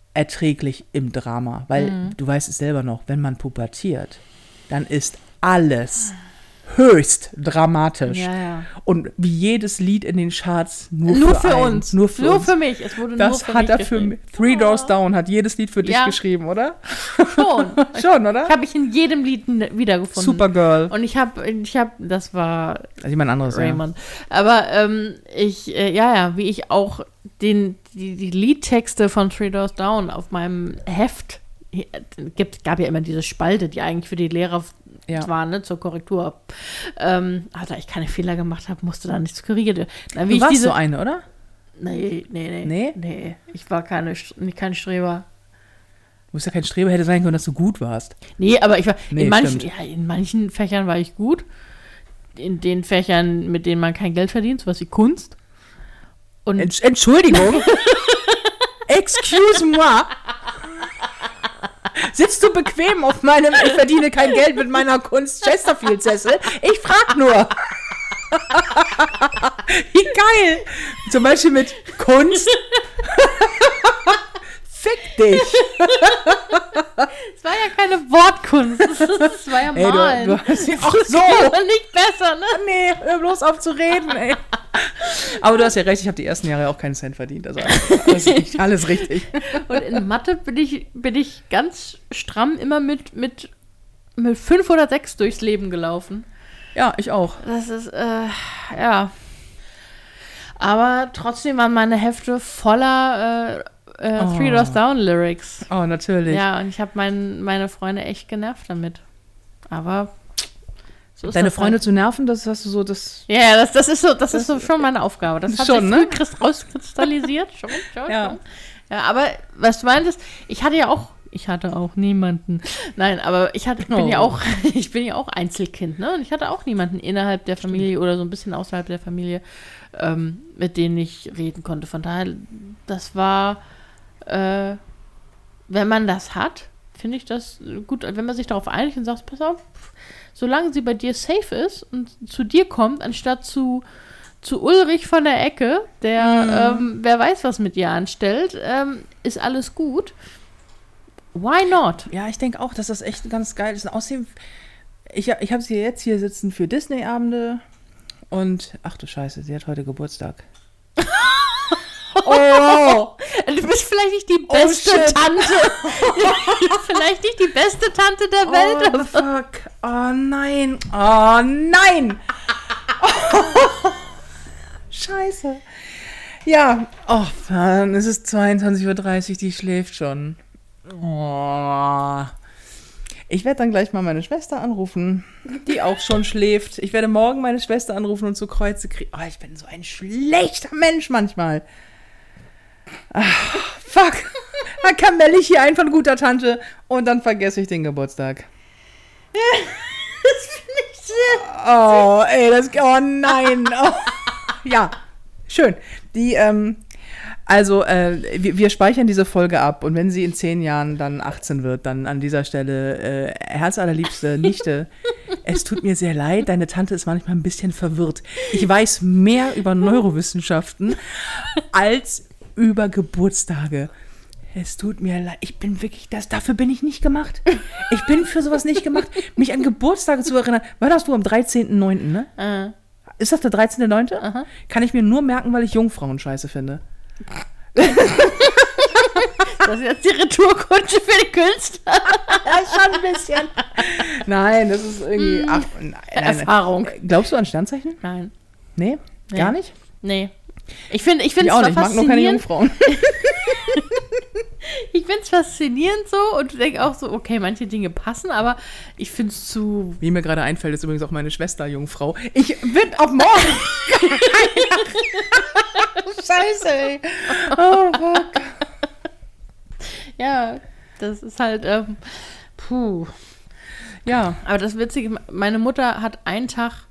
erträglich im Drama, weil Mhm. du weißt es selber noch, wenn man pubertiert, dann ist alles höchst dramatisch. Ja, ja. Und wie jedes Lied in den Charts nur, Nur für, für einen, uns. Nur für nur uns. für mich. Es wurde Das nur für hat mich er für geschrieben. mich. Three Doors Oh. Down hat jedes Lied für dich Ja. geschrieben, oder? Schon. Schon, oder? Ich habe mich in jedem Lied n- wiedergefunden. Supergirl. Und ich habe, ich habe, das war Also jemand anderes, ja. Raymond. Aber ähm, ich, äh, ja, ja, wie ich auch den, die, die Liedtexte von Three Doors Down auf meinem Heft, hier, gibt, gab ja immer diese Spalte, die eigentlich für die Lehrer Ja. war, ne, zur Korrektur. Ähm, aber da ich keine Fehler gemacht habe, musste da nichts korrigiert werden. Na, wie Du ich warst diese, so eine, oder? Nee, nee, nee. Nee? Nee, ich war keine, St- kein Streber. Du musst ja kein Streber, hätte sein können, dass du gut warst. Nee, aber ich war, Nee, in, manchen, stimmt. ja, in manchen Fächern war ich gut. In den Fächern, mit denen man kein Geld verdient, sowas wie Kunst. Und Entsch- Entschuldigung. Excuse moi. Sitzt du bequem auf meinem, ich verdiene kein Geld mit meiner Kunst Chesterfield-Sessel? Ich frag nur. Wie geil. Zum Beispiel mit Kunst. Fick dich. es war ja keine Wortkunst. Es war ja Ey, Malen. du, du hast ja auch so. Aber nicht besser, ne? Nee, hör bloß auf zu reden, ey. Aber du hast ja recht, ich habe die ersten Jahre auch keinen Cent verdient. Also alles, richtig, alles richtig. Und in Mathe bin ich, bin ich ganz stramm immer mit, mit, mit fünf oder sechs durchs Leben gelaufen. Ja, ich auch. Das ist, äh, ja. Aber trotzdem waren meine Hefte voller äh, äh, Oh. Three Doors Down Lyrics. Oh, natürlich. Ja, und ich habe mein, meine Freunde echt genervt damit. Aber so ist Deine das Freunde halt. zu nerven, das hast du so, das. Ja, ja, das, das ist so, das ist so schon meine Aufgabe. Das hat Schon, sich ne? früh Christ rauskristallisiert. Schon, schon, Ja. schon. Ja, aber was du meintest, ich hatte ja auch, ich hatte auch niemanden. Nein, aber ich hatte, ich bin Oh. ja auch, ich bin ja auch Einzelkind, ne? Und ich hatte auch niemanden innerhalb der Familie oder so ein bisschen außerhalb der Familie, ähm, mit denen ich reden konnte. Von daher, das war, äh, wenn man das hat, finde ich das gut, wenn man sich darauf einigt und sagt, pass auf, solange sie bei dir safe ist und zu dir kommt, anstatt zu, zu Ulrich von der Ecke, der, ähm, wer weiß, was mit ihr anstellt, ähm, ist alles gut. Why not? Ja, ich denke auch, dass das echt ganz geil ist. Und außerdem, ich, ich habe sie jetzt hier sitzen für Disney-Abende und, ach du Scheiße, sie hat heute Geburtstag. Oh! Du bist vielleicht nicht die Oh, beste shit. Tante. vielleicht nicht die beste Tante der Welt. Oh, aber- fuck. Oh, nein. Oh, nein. Scheiße. Ja. Oh, Mann. Es ist zweiundzwanzig Uhr dreißig, die schläft schon. Oh. Ich werde dann gleich mal meine Schwester anrufen, die auch schon schläft. Ich werde morgen meine Schwester anrufen und zu Kreuze kriegen. Oh, ich bin so ein schlechter Mensch manchmal. Ach, fuck. Dann kamelle ich hier ein von guter Tante und dann vergesse ich den Geburtstag. Das finde ich sehr. Oh, ey, das. Oh nein. Oh. Ja, schön. Die, ähm, also, äh, wir, wir speichern diese Folge ab und wenn sie in zehn Jahren dann achtzehn wird, dann an dieser Stelle, äh, herzallerliebste Nichte, es tut mir sehr leid, deine Tante ist manchmal ein bisschen verwirrt. Ich weiß mehr über Neurowissenschaften als über Geburtstage. Es tut mir leid, ich bin wirklich, das, dafür bin ich nicht gemacht. Ich bin für sowas nicht gemacht, mich an Geburtstage zu erinnern. Wann hast du am dreizehnten neunten, ne? Äh, Ist das der dreizehnte neunte? Aha. Kann ich mir nur merken, weil ich Jungfrauen scheiße finde. das ist jetzt die Retourkutsche für die Künstler. Schon ein bisschen. Nein, das ist irgendwie. Ach, nein, nein, Erfahrung. Nein. Glaubst du an Sternzeichen? Nein. Nee? Nee. Gar nicht? Nee. Ich finde ich finde Ich es auch zwar nicht. Ich mag nur keine faszinierend. Jungfrauen. Ich finde es faszinierend so und denke auch so, okay, manche Dinge passen, aber ich finde es zu. Wie mir gerade einfällt, ist übrigens auch meine Schwester Jungfrau. Ich bin ab morgen. Scheiße, ey. Oh, fuck. Ja, das ist halt. Ähm, puh. Ja. Aber das Witzige, meine Mutter hat einen Tag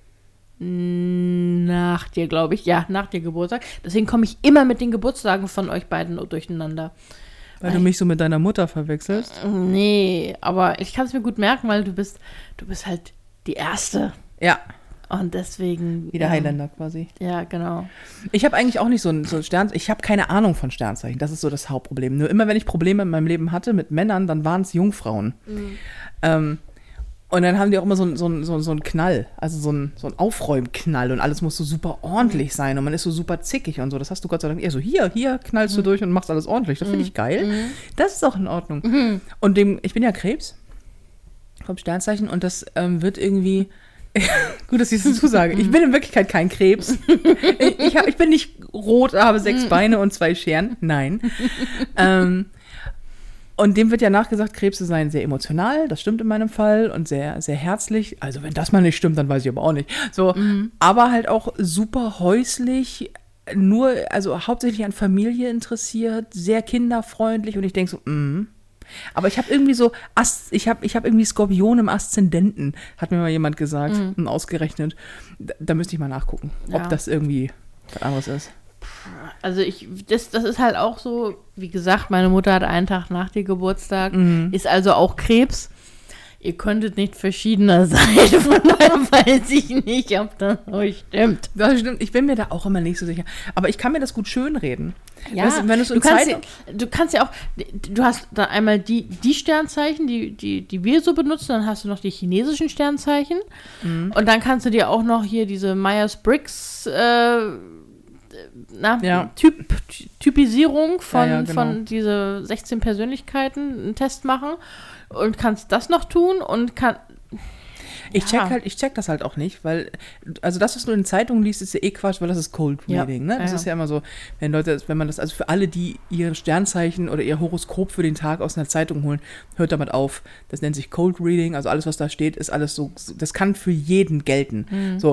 nach dir, glaube ich, ja, nach dir Geburtstag. Deswegen komme ich immer mit den Geburtstagen von euch beiden durcheinander. Weil du mich so mit deiner Mutter verwechselst. Nee, aber ich kann es mir gut merken, weil du bist, du bist halt die Erste. Ja. Und deswegen. Wie der ähm, Highlander quasi. Ja, genau. Ich habe eigentlich auch nicht so ein, so ein Stern, ich habe keine Ahnung von Sternzeichen, das ist so das Hauptproblem. Nur immer, wenn ich Probleme in meinem Leben hatte mit Männern, dann waren es Jungfrauen. Mhm. Ähm, und dann haben die auch immer so, ein, so, ein, so, so einen Knall, also so ein, so ein Aufräumknall und alles muss so super ordentlich sein und man ist so super zickig und so. Das hast du Gott sei Dank eher so, hier, hier knallst du durch und machst alles ordentlich. Das finde ich geil. Mhm. Das ist auch in Ordnung. Mhm. Und dem, ich bin ja Krebs vom Sternzeichen und das ähm, wird irgendwie, gut, dass ich das dazu sage, ich bin in Wirklichkeit kein Krebs. ich, ich, hab, ich bin nicht rot, habe sechs Beine und zwei Scheren. Nein. ähm, Und dem wird ja nachgesagt, Krebse seien sehr emotional, das stimmt in meinem Fall, und sehr, sehr herzlich. Also wenn das mal nicht stimmt, dann weiß ich aber auch nicht. So, mhm. aber halt auch super häuslich, nur, also hauptsächlich an Familie interessiert, sehr kinderfreundlich und ich denke so, mh. Aber ich habe irgendwie so, Ast, ich habe ich hab irgendwie Skorpion im Aszendenten, hat mir mal jemand gesagt mhm. und ausgerechnet. Da, da müsste ich mal nachgucken, ja. ob das irgendwie was anderes ist. Also ich, das, das ist halt auch so, wie gesagt, meine Mutter hat einen Tag nach dir Geburtstag, mhm. ist also auch Krebs. Ihr könntet nicht verschiedener sein, von daher weiß ich nicht, ob das euch stimmt. Das stimmt, ich bin mir da auch immer nicht so sicher. Aber ich kann mir das gut schönreden. Ja, weißt, wenn so du, kannst ja, du kannst ja auch, du hast da einmal die, die Sternzeichen, die, die, die wir so benutzen, dann hast du noch die chinesischen Sternzeichen mhm. und dann kannst du dir auch noch hier diese Myers-Briggs äh, Na, ja. typ, Typisierung von, ja, ja, genau. von diese sechzehn Persönlichkeiten einen Test machen und kannst das noch tun und kann. Ich check halt, ich check das halt auch nicht, weil, also das, was du in Zeitungen liest, ist ja eh Quatsch, weil das ist Cold Reading, ja. ne? Das ja, ist ja immer so, wenn Leute, wenn man das, also für alle, die ihr Sternzeichen oder ihr Horoskop für den Tag aus einer Zeitung holen, hört damit auf. Das nennt sich Cold Reading, also alles, was da steht, ist alles so, das kann für jeden gelten. Mhm. So.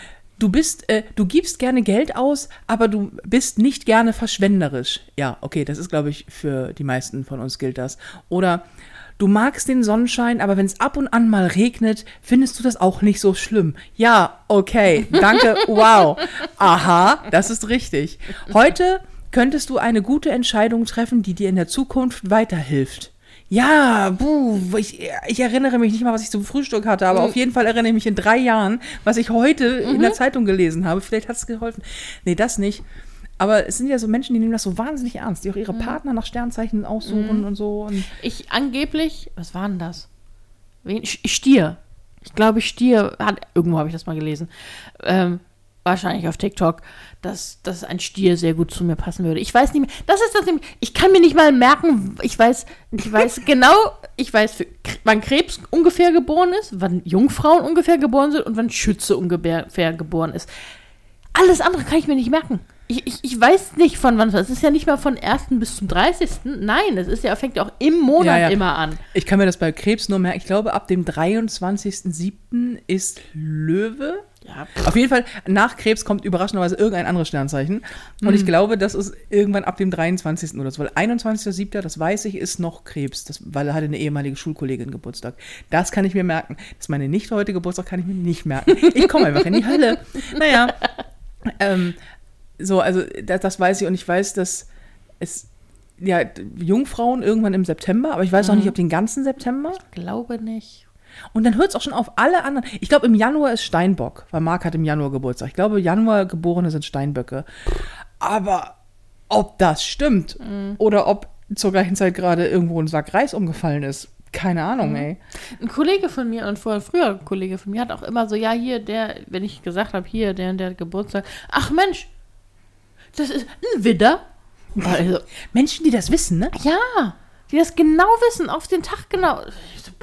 Du bist, äh, du gibst gerne Geld aus, aber du bist nicht gerne verschwenderisch. Ja, okay, das ist, glaube ich, für die meisten von uns gilt das. Oder du magst den Sonnenschein, aber wenn es ab und an mal regnet, findest du das auch nicht so schlimm. Ja, okay, danke, wow. Aha, das ist richtig. Heute könntest du eine gute Entscheidung treffen, die dir in der Zukunft weiterhilft. Ja, buh, ich, ich erinnere mich nicht mal, was ich zum Frühstück hatte, aber mhm. auf jeden Fall erinnere ich mich in drei Jahren, was ich heute mhm. in der Zeitung gelesen habe. Vielleicht hat es geholfen. Nee, das nicht. Aber es sind ja so Menschen, die nehmen das so wahnsinnig ernst, die auch ihre mhm. Partner nach Sternzeichen aussuchen mhm. und so. Und ich angeblich, was war denn das? Wen? Stier. Ich glaube, Stier, hat, irgendwo habe ich das mal gelesen. Ähm, wahrscheinlich auf TikTok, dass, dass ein Stier sehr gut zu mir passen würde. Ich weiß nicht mehr, das ist das nämlich, ich kann mir nicht mal merken, ich weiß, ich weiß genau, ich weiß, für, wann Krebs ungefähr geboren ist, wann Jungfrauen ungefähr geboren sind und wann Schütze ungefähr geboren ist. Alles andere kann ich mir nicht merken. Ich, ich, ich weiß nicht von wann, es ist ja nicht mal von ersten bis zum dreißigsten Nein, es ist ja, fängt ja auch im Monat ja, ja. immer an. Ich kann mir das bei Krebs nur merken, ich glaube, ab dem dreiundzwanzigsten siebten ist Löwe. Ja. Auf jeden Fall, nach Krebs kommt überraschenderweise irgendein anderes Sternzeichen. Und mhm. ich glaube, das ist irgendwann ab dem dreiundzwanzigsten oder so. Weil einundzwanzigsten siebten das weiß ich, ist noch Krebs. Das, weil er hatte eine ehemalige Schulkollegin Geburtstag. Das kann ich mir merken. Das ist meine nicht heute Geburtstag, kann ich mir nicht merken. Ich komme einfach in die Hölle. Naja. Ähm, so, also das, das weiß ich. Und ich weiß, dass es ja Jungfrauen irgendwann im September, aber ich weiß mhm. auch nicht, ob den ganzen September. Ich glaube nicht. Und dann hört es auch schon auf alle anderen. Ich glaube, im Januar ist Steinbock, weil Marc hat im Januar Geburtstag. Ich glaube, Januar Geborene sind Steinböcke. Aber ob das stimmt mhm. oder ob zur gleichen Zeit gerade irgendwo ein Sack Reis umgefallen ist, keine Ahnung, mhm. ey. Ein Kollege von mir und vorher früher ein Kollege von mir hat auch immer so, ja, hier, der, wenn ich gesagt habe, hier, der und der Geburtstag, ach Mensch, das ist ein Widder. Also, Menschen, die das wissen, ne? Ja, die das genau wissen, auf den Tag genau. Ich so, boah.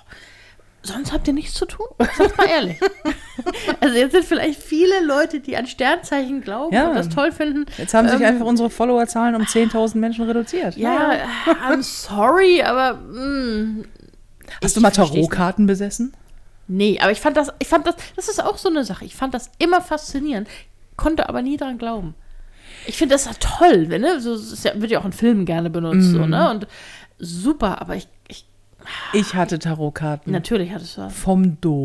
Sonst habt ihr nichts zu tun? Sagt mal ehrlich. Also jetzt sind vielleicht viele Leute, die an Sternzeichen glauben ja. und das toll finden. Jetzt haben sich ähm, einfach unsere Followerzahlen um zehntausend Menschen reduziert. Ja, ja. I'm sorry, aber mh, Hast du mal Tarotkarten besessen? Nee, aber ich fand das, ich fand das, das ist auch so eine Sache. Ich fand das immer faszinierend, konnte aber nie dran glauben. Ich finde das ja toll, ne? So, das wird ja auch in Filmen gerne benutzt, mm. so, ne? Und super, aber ich, ich Ich hatte Tarotkarten. Natürlich hattest du das. Vom Dom.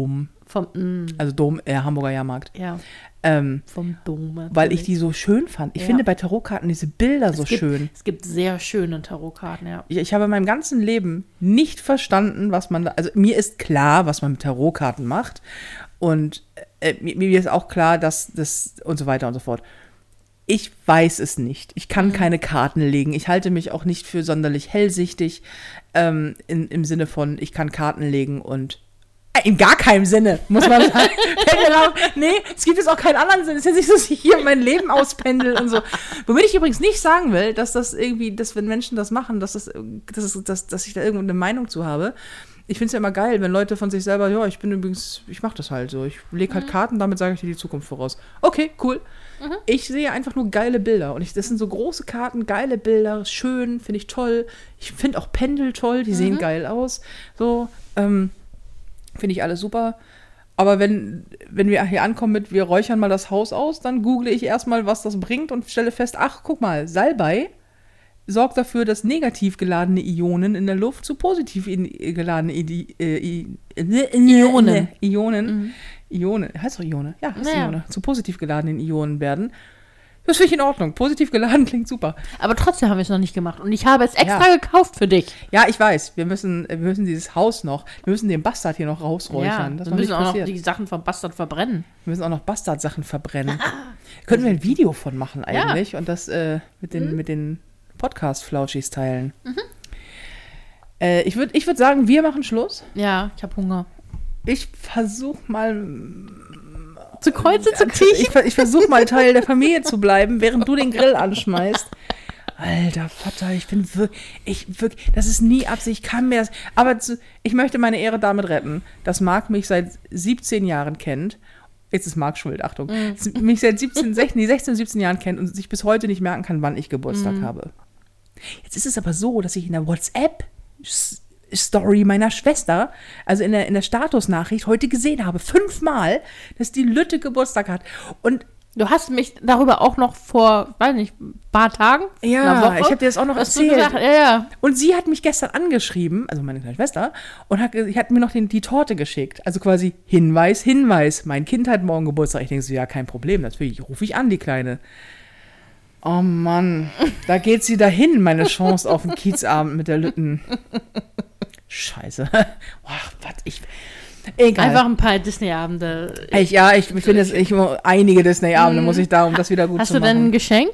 Vom, mm, Also Dom, äh, Hamburger Jahrmarkt. ja, Ähm, vom Dom. weil ich die so schön fand. Ich Ja. finde bei Tarotkarten diese Bilder so es gibt, schön. Es gibt sehr schöne Tarotkarten, ja. Ich, ich habe in meinem ganzen Leben nicht verstanden, was man da, also mir ist klar, was man mit Tarotkarten macht und äh, mir, mir ist auch klar, dass das und so weiter und so fort. Ich weiß es nicht. Ich kann Mhm. keine Karten legen. Ich halte mich auch nicht für sonderlich hellsichtig ähm, in, im Sinne von, ich kann Karten legen und in gar keinem Sinne, muss man sagen. Nee, es gibt jetzt auch keinen anderen Sinn. Es ist ja nicht so, dass ich hier mein Leben auspendel und so. Womit ich übrigens nicht sagen will, dass das irgendwie, dass wenn Menschen das machen, dass, das, dass, es- dass, dass ich da irgendwo eine Meinung zu habe. Ich finde es ja immer geil, wenn Leute von sich selber, ja, ich bin übrigens, ich mache das halt so. Ich lege halt Karten, damit sage ich dir die Zukunft voraus. Okay, cool. Ich sehe einfach nur geile Bilder. Und ich, das sind so große Karten, geile Bilder, schön, finde ich toll. Ich finde auch Pendel toll, die sehen geil aus. So, ähm, finde ich alles super. Aber wenn, wenn wir hier ankommen mit, wir räuchern mal das Haus aus, dann google ich erstmal, was das bringt und stelle fest, ach, guck mal, Salbei sorgt dafür, dass negativ geladene Ionen in der Luft zu positiv in, geladene Idi, äh, I, äh, Ionen. Ionen, Ionen, heißt doch Ione? Ja, heißt Naja. Ione, zu positiv geladenen Ionen werden. Das finde ich in Ordnung. Positiv geladen klingt super. Aber trotzdem haben wir es noch nicht gemacht. Und ich habe es extra Ja. gekauft für dich. Ja, ich weiß, wir müssen, wir müssen dieses Haus noch, wir müssen den Bastard hier noch rausräuchern. das wir noch müssen nicht auch noch passiert. die Sachen vom Bastard verbrennen. Wir müssen auch noch Bastard-Sachen verbrennen. Können wir ein Video von machen eigentlich und das äh, mit den, mit den Podcast-Flauschis teilen. Äh, ich würde ich würd sagen, wir machen Schluss. Ja, ich habe Hunger. Ich versuche mal, Zu Kreuze zu ich, kriechen. ver- ich versuche mal Teil der Familie zu bleiben, während du den Grill anschmeißt. Alter Vater, ich bin wirklich, ich wirklich, das ist nie Absicht, ich kann mir das, aber zu, ich möchte meine Ehre damit retten, dass Marc mich seit siebzehn Jahren kennt. Jetzt ist Marc schuld, Achtung. Mich seit siebzehn, sechzehn, nee, sechzehn, siebzehn Jahren kennt und sich bis heute nicht merken kann, wann ich Geburtstag habe. Jetzt ist es aber so, dass ich in der WhatsApp-Story meiner Schwester, also in der, in der Statusnachricht, heute gesehen habe, fünfmal, dass die Lütte Geburtstag hat. Und Du hast mich darüber auch noch vor, weiß nicht, ein paar Tagen, ja, einer Woche, ich habe dir das auch noch hast du erzählt. gesagt, ja, ja. Und sie hat mich gestern angeschrieben, also meine kleine Schwester, und hat, ge- hat mir noch den, die Torte geschickt. Also quasi Hinweis, Hinweis, mein Kind hat morgen Geburtstag. Ich denke so, ja, kein Problem, natürlich rufe ich an, die Kleine. Oh Mann, da geht sie dahin, meine Chance auf einen Kiezabend mit der Lütten. Scheiße. Ach, was, ich... Egal. Einfach ein paar Disney-Abende. Ich, ja, ich finde es, ich, einige Disney-Abende muss ich da, um das wieder gut Hast zu du machen. denn ein Geschenk?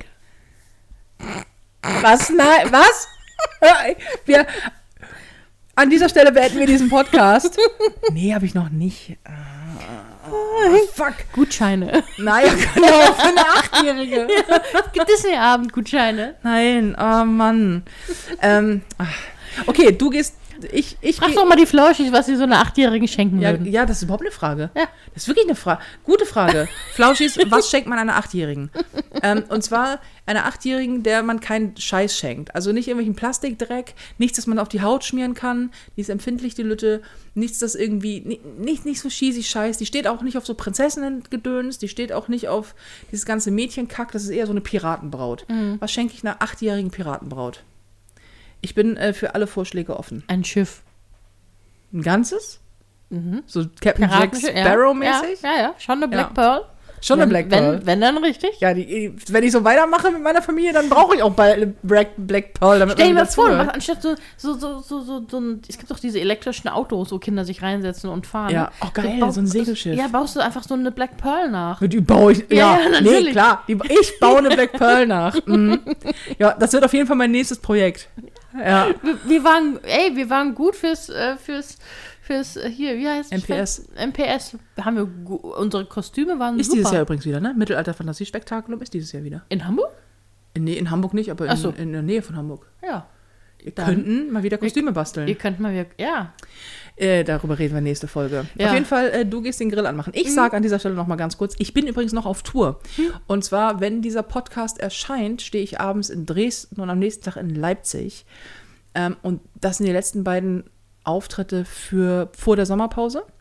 Was? Nein, was? Wir, an dieser Stelle beenden wir diesen Podcast. Nee, habe ich noch nicht. Ah, fuck. Gutscheine. Naja, genau, für eine Achtjährige. Disney-Abend-Gutscheine. Nein, oh Mann. Ähm, ach. Okay, du gehst, ich, ich Frag geh- doch mal die Flauschis, was sie so einer Achtjährigen schenken ja, würden. ja, das ist überhaupt eine Frage. Ja. Das ist wirklich eine Frage. Gute Frage. Flauschis, was schenkt man einer Achtjährigen? Ähm, und zwar einer Achtjährigen, der man keinen Scheiß schenkt. Also nicht irgendwelchen Plastikdreck, nichts, das man auf die Haut schmieren kann, die ist empfindlich, die Lütte, nichts, das irgendwie, ni- nicht, nicht so cheesy Scheiß. Die steht auch nicht auf so Prinzessinnen-Gedöns, die steht auch nicht auf dieses ganze Mädchenkack, das ist eher so eine Piratenbraut. Was schenke ich einer achtjährigen Piratenbraut? Ich bin äh, für alle Vorschläge offen. Ein Schiff. Ein ganzes? So Captain Jack Piratenschiff, ja. Sparrow-mäßig? Ja, ja, ja, schon eine Black Ja. Pearl. Schon wenn, eine Black Pearl. Wenn, wenn dann richtig. Ja, die, wenn ich so weitermache mit meiner Familie, dann brauche ich auch bald eine Black, Black Pearl. Damit Stell dir man mal vor, dazuhört. mach anstatt so, so, so, so, so, so ein, es gibt doch diese elektrischen Autos, wo Kinder sich reinsetzen und fahren. Ja, auch geil, baust- so ein Segelschiff. Ja, baust du einfach so eine Black Pearl nach. Die baue ich, ja, Ja, ja, nee, natürlich. klar. Die, ich baue eine Black Pearl nach. Mhm. Ja, das wird auf jeden Fall mein nächstes Projekt. Ja, Wir, wir waren, ey, wir waren gut fürs, äh, fürs, fürs, äh, hier, wie heißt M P S. M P S. Haben wir, gu- unsere Kostüme waren ist super. dieses Jahr übrigens wieder, ne? Mittelalter-Fantasiespektakulum ist dieses Jahr wieder. In Hamburg? In, nee, in Hamburg nicht, aber Ach so. in, in der Nähe von Hamburg. Ja. Wir Dann- könnten mal wieder Kostüme Ihr basteln. könnt mal wieder, ja. Äh, darüber reden wir nächste Folge. Ja. Auf jeden Fall, äh, du gehst den Grill anmachen. Ich sage an dieser Stelle noch mal ganz kurz, ich bin übrigens noch auf Tour. Und zwar, wenn dieser Podcast erscheint, stehe ich abends in Dresden und am nächsten Tag in Leipzig. Ähm, und das sind die letzten beiden Auftritte für vor der Sommerpause.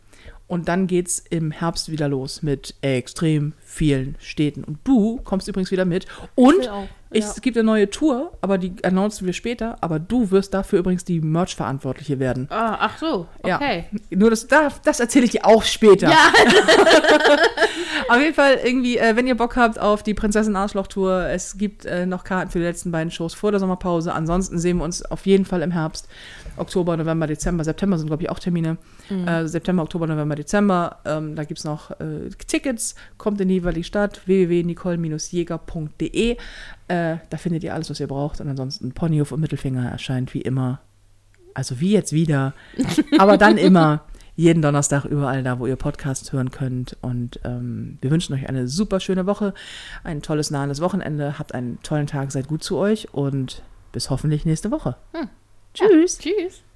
Und dann geht's im Herbst wieder los mit extrem vielen Städten. Und du kommst übrigens wieder mit. Und Ich will auch, ich, ja. es gibt eine neue Tour, aber die announcen wir später. Aber du wirst dafür übrigens die Merch-Verantwortliche werden. Ah, ach so, okay. Ja. Nur das, das, das erzähle ich dir auch später. Ja, Auf jeden Fall irgendwie, äh, wenn ihr Bock habt auf die Prinzessin-Arschloch-Tour, es gibt äh, noch Karten für die letzten beiden Shows vor der Sommerpause. Ansonsten sehen wir uns auf jeden Fall im Herbst. Oktober, November, Dezember, September sind, glaube ich, auch Termine. Mhm. Äh, September, Oktober, November, Dezember. Ähm, da gibt es noch äh, Tickets. Kommt in die jeweilige Stadt. w w w punkt nicole Bindestrich jäger punkt d e. Äh, da findet ihr alles, was ihr braucht. Und ansonsten Ponyhof und Mittelfinger erscheint wie immer. Also wie jetzt wieder. Aber dann immer. Jeden Donnerstag überall da, wo ihr Podcasts hören könnt. Und ähm, wir wünschen euch eine super schöne Woche. Ein tolles, nahendes Wochenende. Habt einen tollen Tag. Seid gut zu euch. Und bis hoffentlich nächste Woche. Hm. Tschüss. Ja, tschüss.